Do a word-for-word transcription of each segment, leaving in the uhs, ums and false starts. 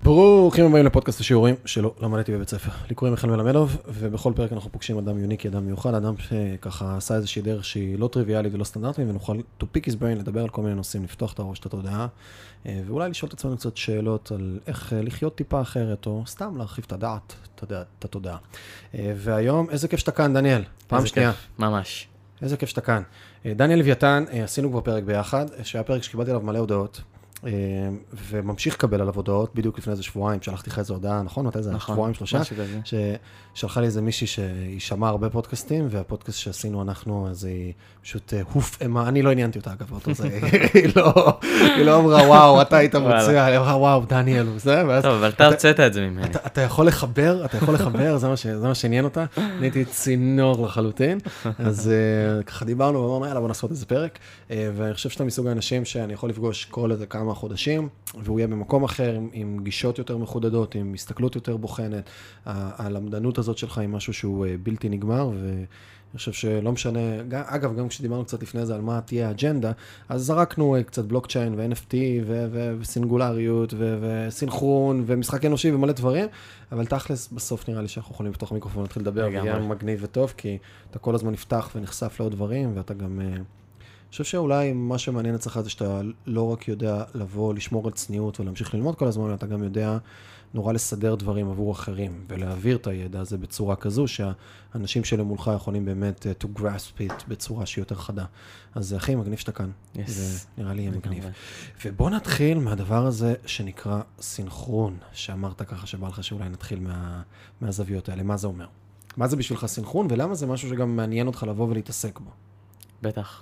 ברוכים הבאים לפודקאסט השיעורים שלא למדתי בבית ספר. לי קוראים מיכאל מלמדוב, ובכל פרק אנחנו פוגשים אדם יוניקי, אדם מיוחד, אדם שככה עשה איזושהי דרך שהיא לא טריוויאלית ולא סטנדרטית, ונוכל to pick his brain, לדבר על כל מיני נושאים, לפתוח את הראש, את התודעה, ואולי לשאול את עצמנו קצת שאלות על איך לחיות טיפה אחרת, או סתם להרחיב את הדעת, את התודעה. והיום, איזה כיף שאתה כאן, דניאל. פעם שנייה. ממש. איזה כיף שאתה כאן. דניאל לוויתן, עשינו כבר פרק ביחד, שהיה פרק שקיבלתי עליו מלא הודעות. וממשיך לקבל עליו הודעות, בדיוק לפני איזה שבועיים, שלחתי לך איזו הודעה, נכון? מתי זה? שבועיים, שלושה? ששלחה לי איזה מישהי שהיא שמעה הרבה פודקאסטים, והפודקאסט שעשינו אנחנו, אז היא פשוט הופעמה, אני לא עניינתי אותה אגב, היא לא אמרה, וואו, אתה היית מוצא, היא אמרה, וואו, דניאל, וזה, ואז... טוב, אבל אתה הוצאת את זה ממני. אתה יכול לחבר, אתה יכול לחבר, זה מה שעניין אותה, אני הייתי צינור לחלוטין, אז ככה דיברנו, ואמרנו, יאללה, בוא נעשות איזה פרק, ואני חושב שאתה מסוג האנשים שאני יכול לפגוש כל איזה כמה חודשים, והוא יהיה במקום אחר, עם, עם גישות יותר מחודדות, עם הסתכלות יותר בוחנת. הלמדנות הזאת שלך היא משהו שהוא בלתי נגמר, ואני חושב שלא משנה, אגב, גם כשדיברנו קצת לפני זה על מה תהיה האג'נדה, אז זרקנו קצת בלוקצ'יין ו-אן אף טי וסינגולריות וסינכרון ומשחק אנושי ומלא דברים, אבל תכלס בסוף נראה לי שאנחנו יכולים לפתוח מיקרופון להתחיל לדבר, ויהיה מגניב וטוב, כי אתה כל הזמן נפתח ונחשף לעוד דברים, ואתה גם... אני חושב שאולי מה שמעניין אצלך זה שאתה לא רק יודע לבוא, לשמור על צניעות ולהמשיך ללמוד כל הזמן, אתה גם יודע נורא לסדר דברים עבור אחרים, ולהעביר את הידע הזה בצורה כזו, שהאנשים שלמולך יכולים באמת to grasp it בצורה שהיא יותר חדה. אז זה הכי מגניב שאתה כאן. Yes. זה נראה לי יהיה מגניב. ובוא נתחיל מהדבר הזה שנקרא סינכרון, שאמרת ככה שבא לך שאולי נתחיל מה, מהזוויות האלה. מה זה אומר? מה זה בשבילך סינכרון, ולמה זה משהו שגם מעניין אותך לבוא ולהתעסק בו? בטח.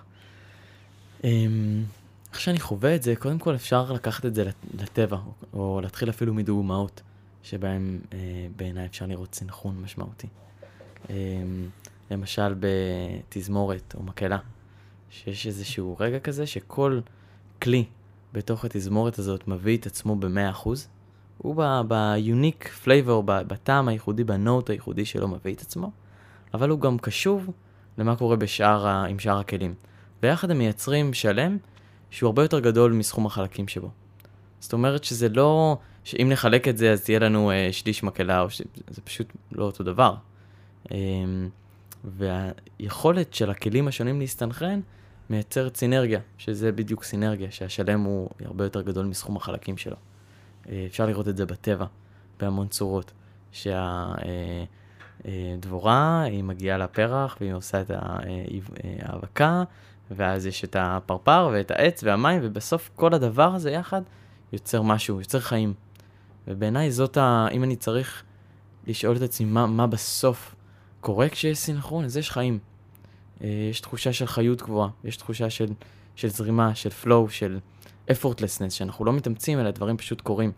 איך שאני חווה את זה, קודם כל אפשר לקחת את זה לטבע, או להתחיל אפילו מדוגמאות, שבהם בעיניי אפשר לראות סינכרון משמעותי. למשל בתזמורת או מקהלה, שיש איזשהו רגע כזה שכל כלי בתוך התזמורת הזאת מביא את עצמו ב-מאה אחוז, הוא ביוניק פלייבור, בטעם הייחודי, בנוט הייחודי שלו מביא את עצמו, אבל הוא גם קשוב למה קורה בשאר, עם שאר הכלים. ויחד הם מייצרים שלם שהוא הרבה יותר גדול מסכום החלקים שבו. זאת אומרת שזה לא, שאם נחלק את זה אז תהיה לנו אה, שליש מקהלה, או ש... זה פשוט לא אותו דבר. אה, והיכולת של הכלים השונים להסתנכרן מייצרת סינרגיה, שזה בדיוק סינרגיה, שהשלם הוא הרבה יותר גדול מסכום החלקים שלו. אה, אפשר לראות את זה בטבע, בהמון צורות, שהדבורה היא מגיעה לפרח והיא עושה את ההאבקה, ואז יש את הפרפר ואת העץ והמים, ובסוף כל הדבר הזה יחד יוצר משהו, יוצר חיים. ובעיניי זאת, ה... אם אני צריך לשאול את עצמי מה, מה בסוף קורה כשיש סינכרון, אז יש חיים. יש תחושה של חיות גבוהה, יש תחושה של, של זרימה, של flow, של effortlessness, שאנחנו לא מתאמצים, אלא דברים פשוט קורים.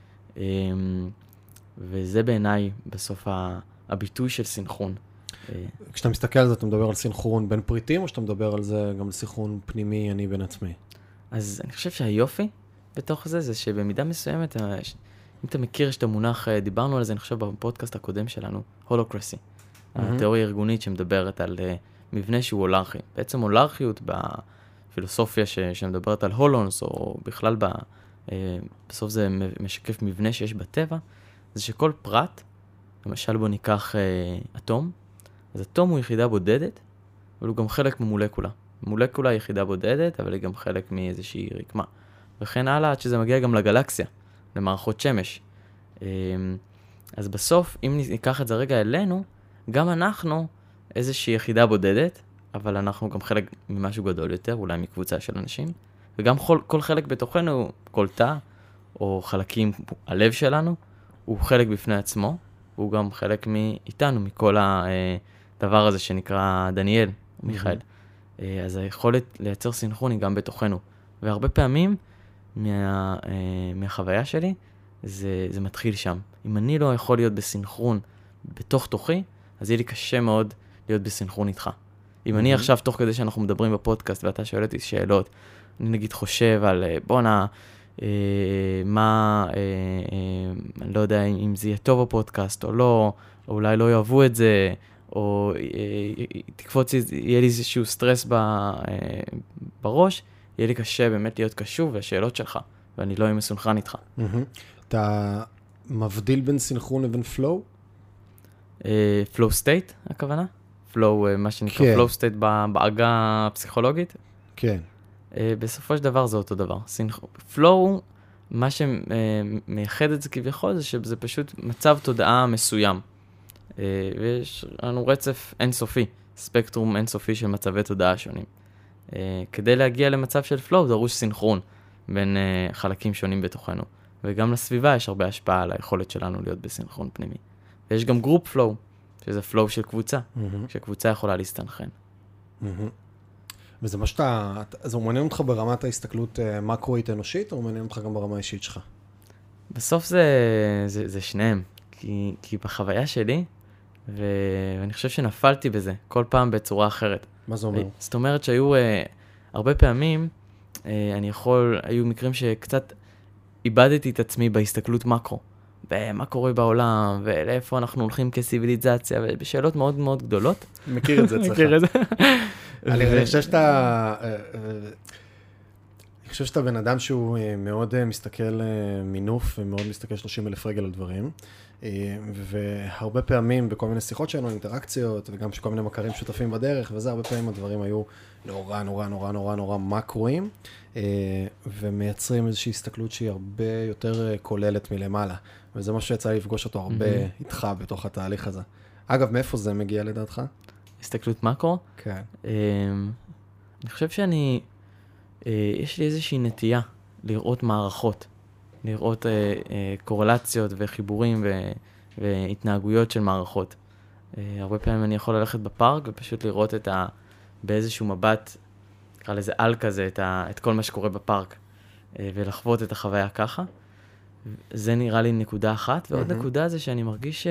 וזה בעיניי בסוף הביטוי של סינכרון. כשאתה מסתכל על זה, אתה מדבר על סינכרון בין פריטים, או שאתה מדבר על זה גם על סינכרון פנימי, אני בין עצמי? אז אני חושב שהיופי בתוך זה, זה שבמידה מסוימת, אם אתה מכיר שאת המונח, דיברנו על זה, אני חושב בפודקאסט הקודם שלנו, הולוקרסי. התיאוריה הארגונית שמדברת על מבנה שהוא הולרכי. בעצם הולרכיות בפילוסופיה שמדברת על הולונס, או בכלל בסוף זה משקף מבנה שיש בטבע, זה שכל פרט, למשל בוא ניקח אטום, אז אטום הוא יחידה בודדת, אבל הוא גם חלק ממולקולה. מולקולה היא יחידה בודדת, אבל היא גם חלק מאיזושהי רקמה. וכן הלאה, עד שזה מגיע גם לגלקסיה, למערכות שמש. אז בסוף, אם ניקח את זה רגע אלינו, גם אנחנו איזושהי יחידה בודדת, אבל אנחנו גם חלק ממשהו גדול יותר, אולי מקבוצה של אנשים, וגם כל, כל חלק בתוכנו, כל תא, או חלקים, הלב שלנו, הוא חלק בפני עצמו, הוא גם חלק מאיתנו, מכל הדבר הזה שנקרא דניאל, מיכאל. אז היכולת לייצר סינכרון היא גם בתוכנו. והרבה פעמים, מה, מהחוויה שלי, זה, זה מתחיל שם. אם אני לא יכול להיות בסינכרון בתוך תוכי, אז יהיה לי קשה מאוד להיות בסינכרון איתך. אם אני עכשיו, תוך כדי שאנחנו מדברים בפודקאסט, ואתה שואל אותי שאלות, אני נגיד חושב על, בונה, אה, מה, אה, אה, אני לא יודע אם זה יהיה טוב בפודקאסט או לא, או אולי לא יאהבו את זה, או אה, תקפוץ, יהיה לי איזשהו סטרס ב, אה, בראש, יהיה לי קשה באמת להיות קשוב והשאלות שלך, ואני לא אהיה מסונכרן איתך. אתה מבדיל בין סינכרון לבין flow? flow state, הכוונה? flow, מה שנקרא כן. flow state בעגה הפסיכולוגית? כן. בסופו של דבר זה אותו דבר. flow, מה שמייחד את זה כביכול, זה שזה פשוט מצב תודעה מסוים. ויש לנו רצף אינסופי, ספקטרום אינסופי של מצבי תודעה שונים. כדי להגיע למצב של flow, דרוש סינכרון בין חלקים שונים בתוכנו. וגם לסביבה יש הרבה השפעה על היכולת שלנו להיות בסינכרון פנימי. ויש גם גרופ flow, שזה flow של קבוצה, שקבוצה יכולה להסתנכרן. וזה מה שאתה, זה מעניין אותך ברמת ההסתכלות מקרואית אנושית, או מעניין אותך גם ברמה האישית שלך? בסוף זה, זה, זה שניהם, כי, כי בחוויה שלי, ואני חושב שנפלתי בזה כל פעם בצורה אחרת. מה זה אומר? זאת אומרת שהיו uh, הרבה פעמים, uh, אני יכול, היו מקרים שקצת איבדתי את עצמי בהסתכלות מקרו, ומה קורה בעולם, ולאיפה אנחנו הולכים כסיביליזציה, ובשאלות מאוד מאוד גדולות. מכיר את זה אצלך. מכיר את זה. אני חושב שאתה, אני חושב שאתה בן אדם שהוא מאוד מסתכל מינוף, ומאוד מסתכל שלושים אלף רגל על דברים, והרבה פעמים בכל מיני שיחות שלנו, אינטראקציות, וגם שכל מיני מכרים שותפים בדרך, וזה הרבה פעמים הדברים היו נורא נורא נורא נורא נורא מקרויים, ומייצרים איזושהי הסתכלות שהיא הרבה יותר כוללת מלמעלה, וזה מה שיצא לי לפגוש אותו הרבה איתך בתוך התהליך הזה. אגב, מאיפה זה מגיע לדעתך? הסתכלות מקרו? כן. אני חושב שאני, יש לי איזושהי נטייה לראות מערכות, לראות קורלציות וחיבורים והתנהגויות של מערכות. הרבה פעמים אני יכול ללכת בפארק ופשוט לראות את ה... באיזשהו מבט, נקרא לזה על כזה, את, ה, את כל מה שקורה בפארק, ולחוות את החוויה ככה. זה נראה לי נקודה אחת, ועוד mm-hmm. נקודה זה שאני מרגיש,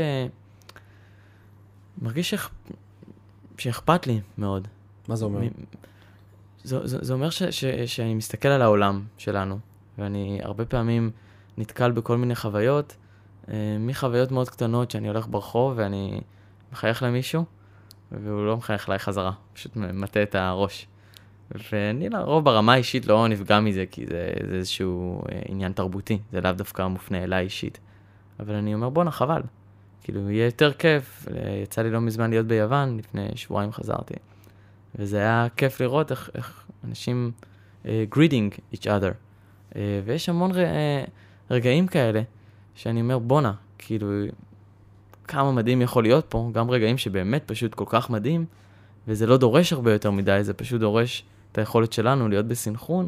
מרגיש שאכ... שאכפת לי מאוד. מה זה אומר? מ... זה, זה, זה אומר ש, ש, שאני מסתכל על העולם שלנו, ואני הרבה פעמים נתקל בכל מיני חוויות, מחוויות מאוד קטנות שאני הולך ברחוב ואני מחייך למישהו, והוא לא מחייך אליי חזרה, פשוט מטה את הראש. ואני לרוב ברמה האישית לא נפגע מזה, כי זה, זה איזשהו עניין תרבותי, זה לאו דווקא מופנה אליי אישית. אבל אני אומר, בוא נחבל. כאילו, יהיה יותר כיף. יצא לי לא מזמן להיות ביוון, לפני שבועיים חזרתי. וזה היה כיף לראות איך, איך אנשים uh, greeting each other. Uh, ויש המון ר, uh, רגעים כאלה, שאני אומר, בונה, כאילו, כמה מדהים יכול להיות פה, גם רגעים שבאמת פשוט כל כך מדהים, וזה לא דורש הרבה יותר מדי, זה פשוט דורש את היכולת שלנו להיות בסינכרון,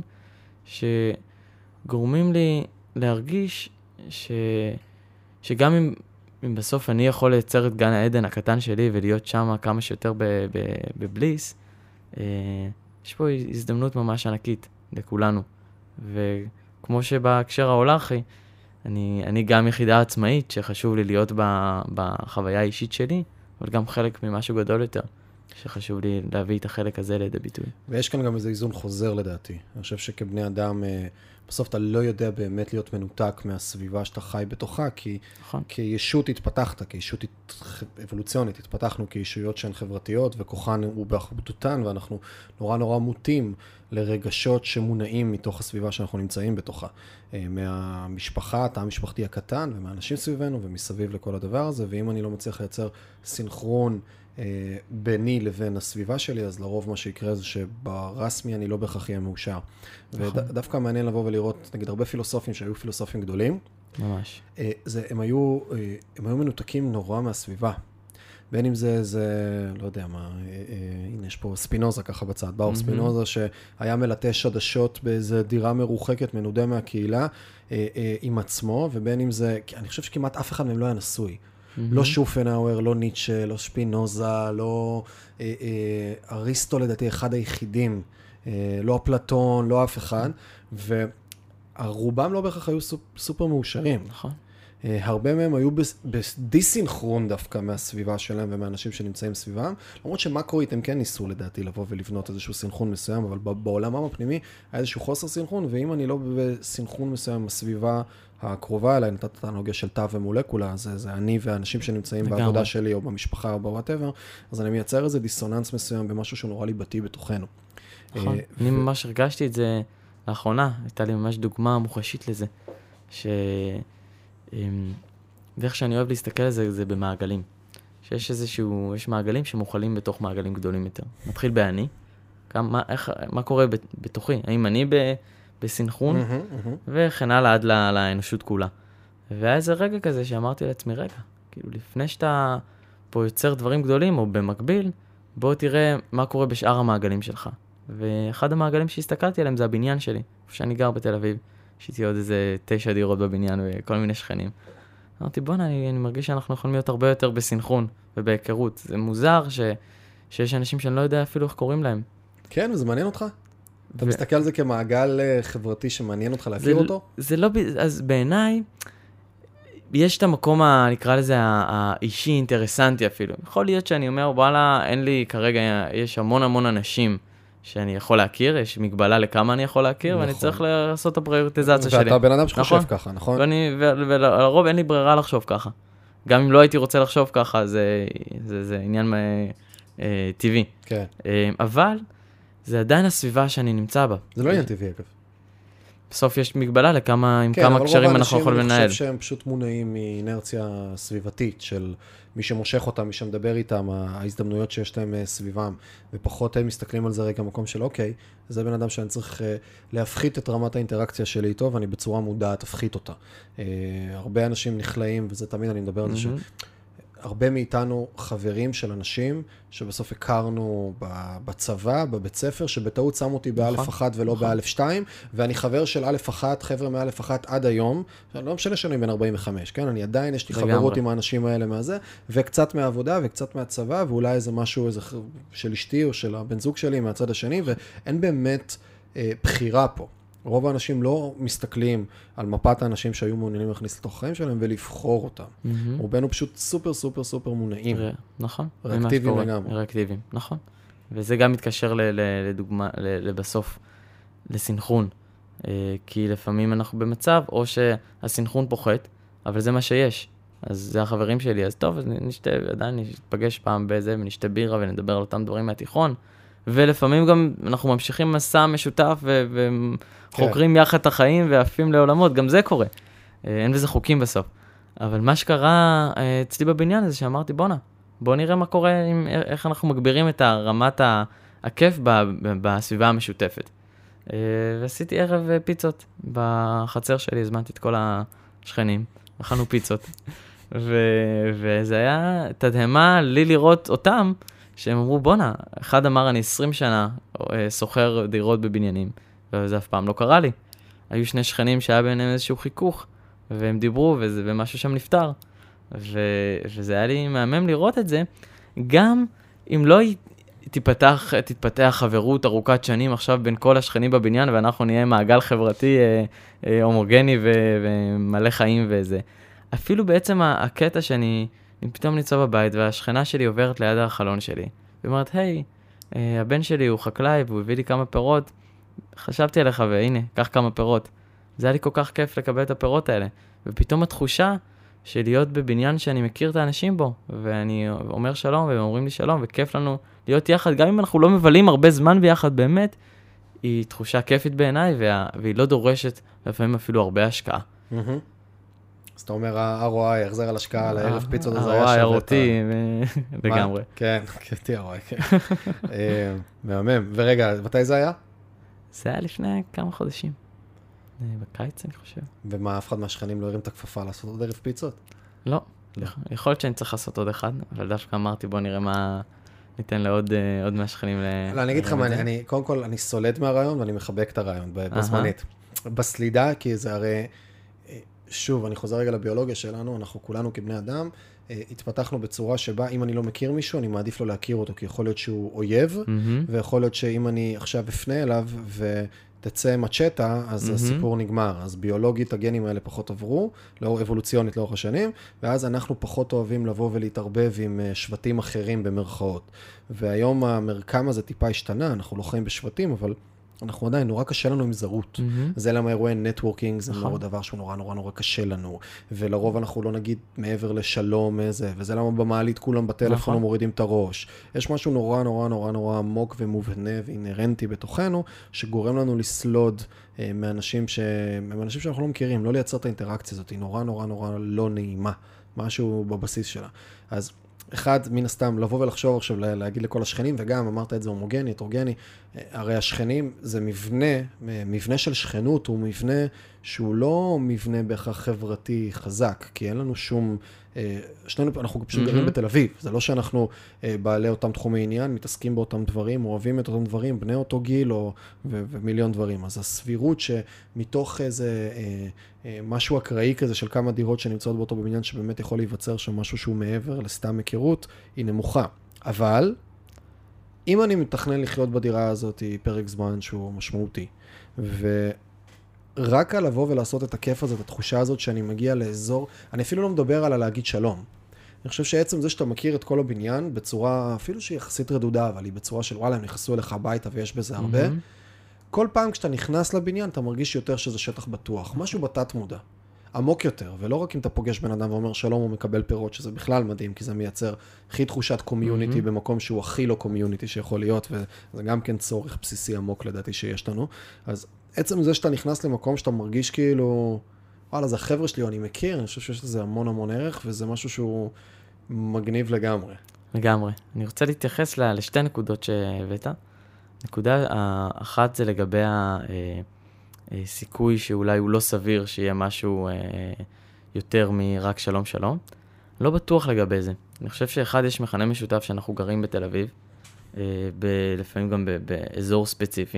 שגורמים לי להרגיש ש... שגם אם, אם בסוף אני יכול לייצר את גן העדן הקטן שלי ולהיות שם כמה שיותר ב... ב... בבליס, אה, יש פה הזדמנות ממש ענקית לכולנו. וכמו שבהקשר ההולכי, אני, אני גם יחידה עצמאית שחשוב לי להיות ב... בחוויה האישית שלי, אבל גם חלק ממשהו גדול יותר. שחשוב לי להביא את החלק הזה לידי ביטוי. ויש כאן גם איזה איזון חוזר לדעתי. אני חושב שכבני אדם, בסוף אתה לא יודע באמת להיות מנותק מהסביבה שאתה חי בתוכה, כי נכון. כישות התפתחת, כישות אבולוציונית, התפתחנו כישויות שהן חברתיות, וכוחן הוא באחדותן, ואנחנו נורא נורא מוטים לרגשות שמונעים מתוך הסביבה שאנחנו נמצאים בתוכה. מהמשפחה, התא המשפחתי הקטן, ומהאנשים סביבנו, ומסביב לכל הדבר הזה, ואם אני לא מצליח לייצר סינכרון ביני לבין הסביבה שלי, אז לרוב מה שיקרה זה שברסמי אני לא בהכרח יהיה מאושר. ודווקא מעניין לבוא ולראות, נגיד, הרבה פילוסופים שהיו פילוסופים גדולים. ממש. זה, הם היו, הם היו מנותקים נורא מהסביבה. בין אם זה, זה, לא יודע מה, הנה יש פה ספינוזה ככה בצד, באור ספינוזה שהיה מלטש עדשות באיזו דירה מרוחקת, מנודה מהקהילה, עם עצמו, ובין אם זה, אני חושב שכמעט אף אחד מהם לא היה נשוי. לא שופנאואר, לא ניטשה, לא ספינוזה, לא אריסטו לדעתי, אחד היחידים, לא אפלטון, לא אף אחד, והרובם לא בהכרח היו סופר מאושרים. נכון. הרבה מהם היו בדיסינכרון דווקא מהסביבה שלהם ומהאנשים שנמצאים סביבם, למרות שמקרואית הם כן ניסו לדעתי לבוא ולבנות איזשהו סינכרון מסוים, אבל בעולמם הפנימי היה איזשהו חוסר סינכרון, ואם אני לא בסינכרון מסוים עם הסביבה הקרובה אליי, נתת את הנוגע של תא ומולקולה, זה, זה אני והאנשים שנמצאים לגמרי. בעבודה שלי או במשפחה או בוואטאבר, אז אני מייצר איזה דיסוננס מסוים במשהו שהוא נורא ליבתי בתוכנו. נכון, אני ממש הרגשתי את זה לאחרונה, הייתה לי ממש דוגמה מוחשית לזה, ש... ואיך שאני אוהב להסתכל על זה, זה במעגלים. שיש איזשהו, יש מעגלים שמוכלים בתוך מעגלים גדולים יותר. מתחיל באני, כמה, איך, מה קורה בתוכי? האם אני ב, בסנכרון? Mm-hmm, mm-hmm. וכן הלאה עד לא, לאנושות כולה. והיה איזה רגע כזה שאמרתי לעצמי, רגע, כאילו לפני שאתה פה יוצר דברים גדולים או במקביל, בוא תראה מה קורה בשאר המעגלים שלך. ואחד המעגלים שהסתכלתי עליהם זה הבניין שלי, איפה שאני גר בתל אביב. יש איתי עוד איזה תשע דירות בבניין וכל מיני שכנים. אמרתי, בוא'נה, אני, אני מרגיש שאנחנו יכולים להיות הרבה יותר בסנכרון ובהיכרות. זה מוזר ש, שיש אנשים שאני לא יודע אפילו איך קוראים להם. כן, וזה מעניין אותך? אתה ו... מסתכל על זה כמעגל חברתי שמעניין אותך להכיר זה, אותו? זה לא, אז בעיניי, יש את המקום, ה, נקרא לזה, האישי, אינטרסנטי אפילו. יכול להיות שאני אומר, וואלה, אין לי כרגע, יש המון המון אנשים שאני יכול להכיר, יש מגבלה לכמה אני יכול להכיר, נכון. ואני צריך לעשות את הפריוריטיזציה שלי. ואתה בן אדם שחושב נכון? ככה, נכון? ואני, ולרוב אין לי ברירה לחשוב ככה. גם אם לא הייתי רוצה לחשוב ככה, זה, זה, זה עניין אה, טבעי. כן. אה, אבל זה עדיין הסביבה שאני נמצא בה. זה לא עניין טבעי, אגב. בסוף יש מגבלה לכמה, עם כמה קשרים אנחנו יכולים לנהל. כן, אבל רוב האנשים אני חושב שהם פשוט מונעים מאינרציה סביבתית של מי שמושך אותם, מי שמדבר איתם, ההזדמנויות שיש להם סביבם, ופחות הם מסתכלים על זה רגע במקום של אוקיי, זה בן אדם שאני צריך להפחית את רמת האינטראקציה שלי איתו, ואני בצורה מודעת אפחית אותה. הרבה אנשים נכלאים, וזה תמיד אני מדבר על זה ש... הרבה מאיתנו חברים של אנשים שבסוף הכרנו בצבא, בבית ספר, שבטעות שם אותי באלף אחת ולא באלף שתיים, ואני חבר של אלף אחת, חבר'ה מאלף אחת עד היום, לא משנה שאני בן ארבעים וחמש, כן? אני עדיין, יש לי חברות עם האנשים האלה מהזה, וקצת מהעבודה וקצת מהצבא, ואולי איזה משהו איזה של אשתי או של הבן זוג שלי מהצד השני, ואין באמת אה, בחירה פה. רוב האנשים לא מסתכלים על מפת האנשים שהיו מעוניינים להכניס לתוך החיים שלהם ולבחור אותם. רובנו פשוט סופר סופר סופר מונעים. נכון. ריאקטיביים לגמרי. ריאקטיביים, נכון. וזה גם מתקשר לדוגמה, לבסוף, לסנכרון. כי לפעמים אנחנו במצב, או שהסנכרון פוחת, אבל זה מה שיש. אז זה החברים שלי, אז טוב, נשתה, עדיין נשפגש פעם בזה, ונשתה בירה ונדבר על אותם דברים מהתיכון. ולפעמים גם אנחנו ממשיכים מסע משותף ו- וחוקרים כן. יחד את החיים ועפים לעולמות, גם זה קורה. אין בזה חוקים בסוף. אבל מה שקרה אצלי בבניין הזה שאמרתי, בונה, בוא נראה מה קורה, עם, איך אנחנו מגבירים את רמת הכיף ב- ב- בסביבה המשותפת. ועשיתי ערב פיצות בחצר שלי, הזמנתי את כל השכנים, אכלנו פיצות. ו- וזה היה תדהמה לי לראות אותם, שהם אמרו, בונה, אחד אמר, אני עשרים שנה סוחר דירות בבניינים, וזה אף פעם לא קרה לי. היו שני שכנים שהיה ביניהם איזשהו חיכוך, והם דיברו, וזה, ומשהו שם נפטר. ו, וזה היה לי מהמם לראות את זה, גם אם לא תתפתח, תתפתח חברות ארוכת שנים עכשיו בין כל השכנים בבניין, ואנחנו נהיה מעגל חברתי אה, אה, הומוגני ו, ומלא חיים וזה. אפילו בעצם הקטע שאני... אם פתאום ניצא בבית והשכנה שלי עוברת ליד החלון שלי, ואומרת, היי, הבן שלי הוא חקלאי והוא הביא לי כמה פירות, חשבתי עליך והנה, קח כמה פירות. זה היה לי כל כך כיף לקבל את הפירות האלה. ופתאום התחושה של להיות בבניין שאני מכיר את האנשים בו, ואני אומר שלום והם אומרים לי שלום, וכיף לנו להיות יחד, גם אם אנחנו לא מבלים הרבה זמן ביחד באמת, היא תחושה כיפית בעיניי, וה... והיא לא דורשת לפעמים אפילו הרבה השקעה. אז אתה אומר, ה-אר או איי, החזר על השקעה, על הערב פיצות הזה היה שווה. ה-אר או איי הרותי לגמרי. כן, כן, ה-אר או איי, כן. מהמם. ורגע, מתי זה היה? זה היה לפני כמה חודשים. בקיץ, אני חושב. ומה, אף אחד מהשכנים לא הרים את הכפפה לעשות עוד ערב פיצות? לא. יכול להיות שאני צריך לעשות עוד אחד, אבל דווקא אמרתי, בוא נראה מה ניתן לעוד מהשכנים. לא, אני אגיד לך, קודם כל, אני סולד מהרעיון, ואני מחבק את הרעיון בזמנית. בסלידה, כי זה הרי... שוב, אני חוזר רגע לביולוגיה שלנו, אנחנו כולנו כבני אדם, התפתחנו בצורה שבה אם אני לא מכיר מישהו, אני מעדיף לו להכיר אותו, כי יכול להיות שהוא אויב, mm-hmm. ויכול להיות שאם אני עכשיו אפנה אליו ותצא מצ'טה, אז mm-hmm. הסיפור נגמר. אז ביולוגית הגנים האלה פחות עברו, לא אבולוציונית לאורך השנים, ואז אנחנו פחות אוהבים לבוא ולהתערבב עם שבטים אחרים במרכאות. והיום המרקם הזה טיפה השתנה, אנחנו לא חיים בשבטים, אבל... אנחנו עדיין, נורא קשה לנו עם זרות. Mm-hmm. זה למה אירועי נטוורקינג, זה נורא דבר שהוא נורא נורא נורא קשה לנו. ולרוב אנחנו לא נגיד מעבר לשלום איזה, וזה למה במעלית כולם בטלפון מורידים את הראש. יש משהו נורא נורא נורא נורא עמוק ומובנה ואינרנטי בתוכנו, שגורם לנו לסלוד אה, מאנשים, ש... מאנשים שאנחנו לא מכירים, לא לייצר את האינטראקציה הזאת, היא נורא נורא נורא לא נעימה משהו בבסיס שלה. אז אחד, מן הסתם, לבוא ולחשוב עכשיו להגיד לכל השכנים, וגם אמרת את זה הומוגני, הטרוגני, הרי השכנים זה מבנה, מבנה של שכנות הוא מבנה שהוא לא מבנה בהכרח חברתי חזק, כי אין לנו שום, שנינו, אנחנו פשוט גרים בתל אביב, זה לא שאנחנו בעלי אותם תחומי עניין, מתעסקים באותם דברים, אוהבים את אותם דברים, בני אותו גיל או, ו- ומיליון דברים. אז הסבירות שמתוך איזה משהו אקראי כזה של כמה דירות שנמצאות באותו בבניין שבאמת יכול להיווצר שם משהו שהוא מעבר לסתם היכרות, היא נמוכה. אבל אם אני מתכנן לחיות בדירה הזאת פרק זמן שהוא משמעותי, ורק על לבוא ולעשות את הכיף הזה, את התחושה הזאת שאני מגיע לאזור, אני אפילו לא מדבר על להגיד שלום. אני חושב שעצם זה שאתה מכיר את כל הבניין בצורה, אפילו שהיא יחסית רדודה, אבל היא בצורה של וואלה, הם נכנסו אליך הביתה ויש בזה הרבה, כל פעם כשאתה נכנס לבניין, אתה מרגיש יותר שזה שטח בטוח, משהו בתת מודע, עמוק יותר, ולא רק אם אתה פוגש בן אדם ואומר שלום הוא מקבל פירות, שזה בכלל מדהים, כי זה מייצר הכי תחושת קומיוניטי mm-hmm. במקום שהוא הכי לא קומיוניטי שיכול להיות, וזה גם כן צורך בסיסי עמוק לדעתי שיש לנו. אז עצם זה שאתה נכנס למקום שאתה מרגיש כאילו, וואלה, זה החבר'ה שלי, אני מכיר, אני חושב שיש לזה המון המון ערך, וזה משהו שהוא מגניב לגמרי. לגמרי. אני רוצה להתייחס לשתי נקודות שהבאת. נקודה אחת זה לגבי הסיכוי שאולי הוא לא סביר שיהיה משהו יותר מרק שלום שלום. לא בטוח לגבי זה. אני חושב שאחד יש מכנה משותף שאנחנו גרים בתל אביב, לפעמים גם באזור ספציפי.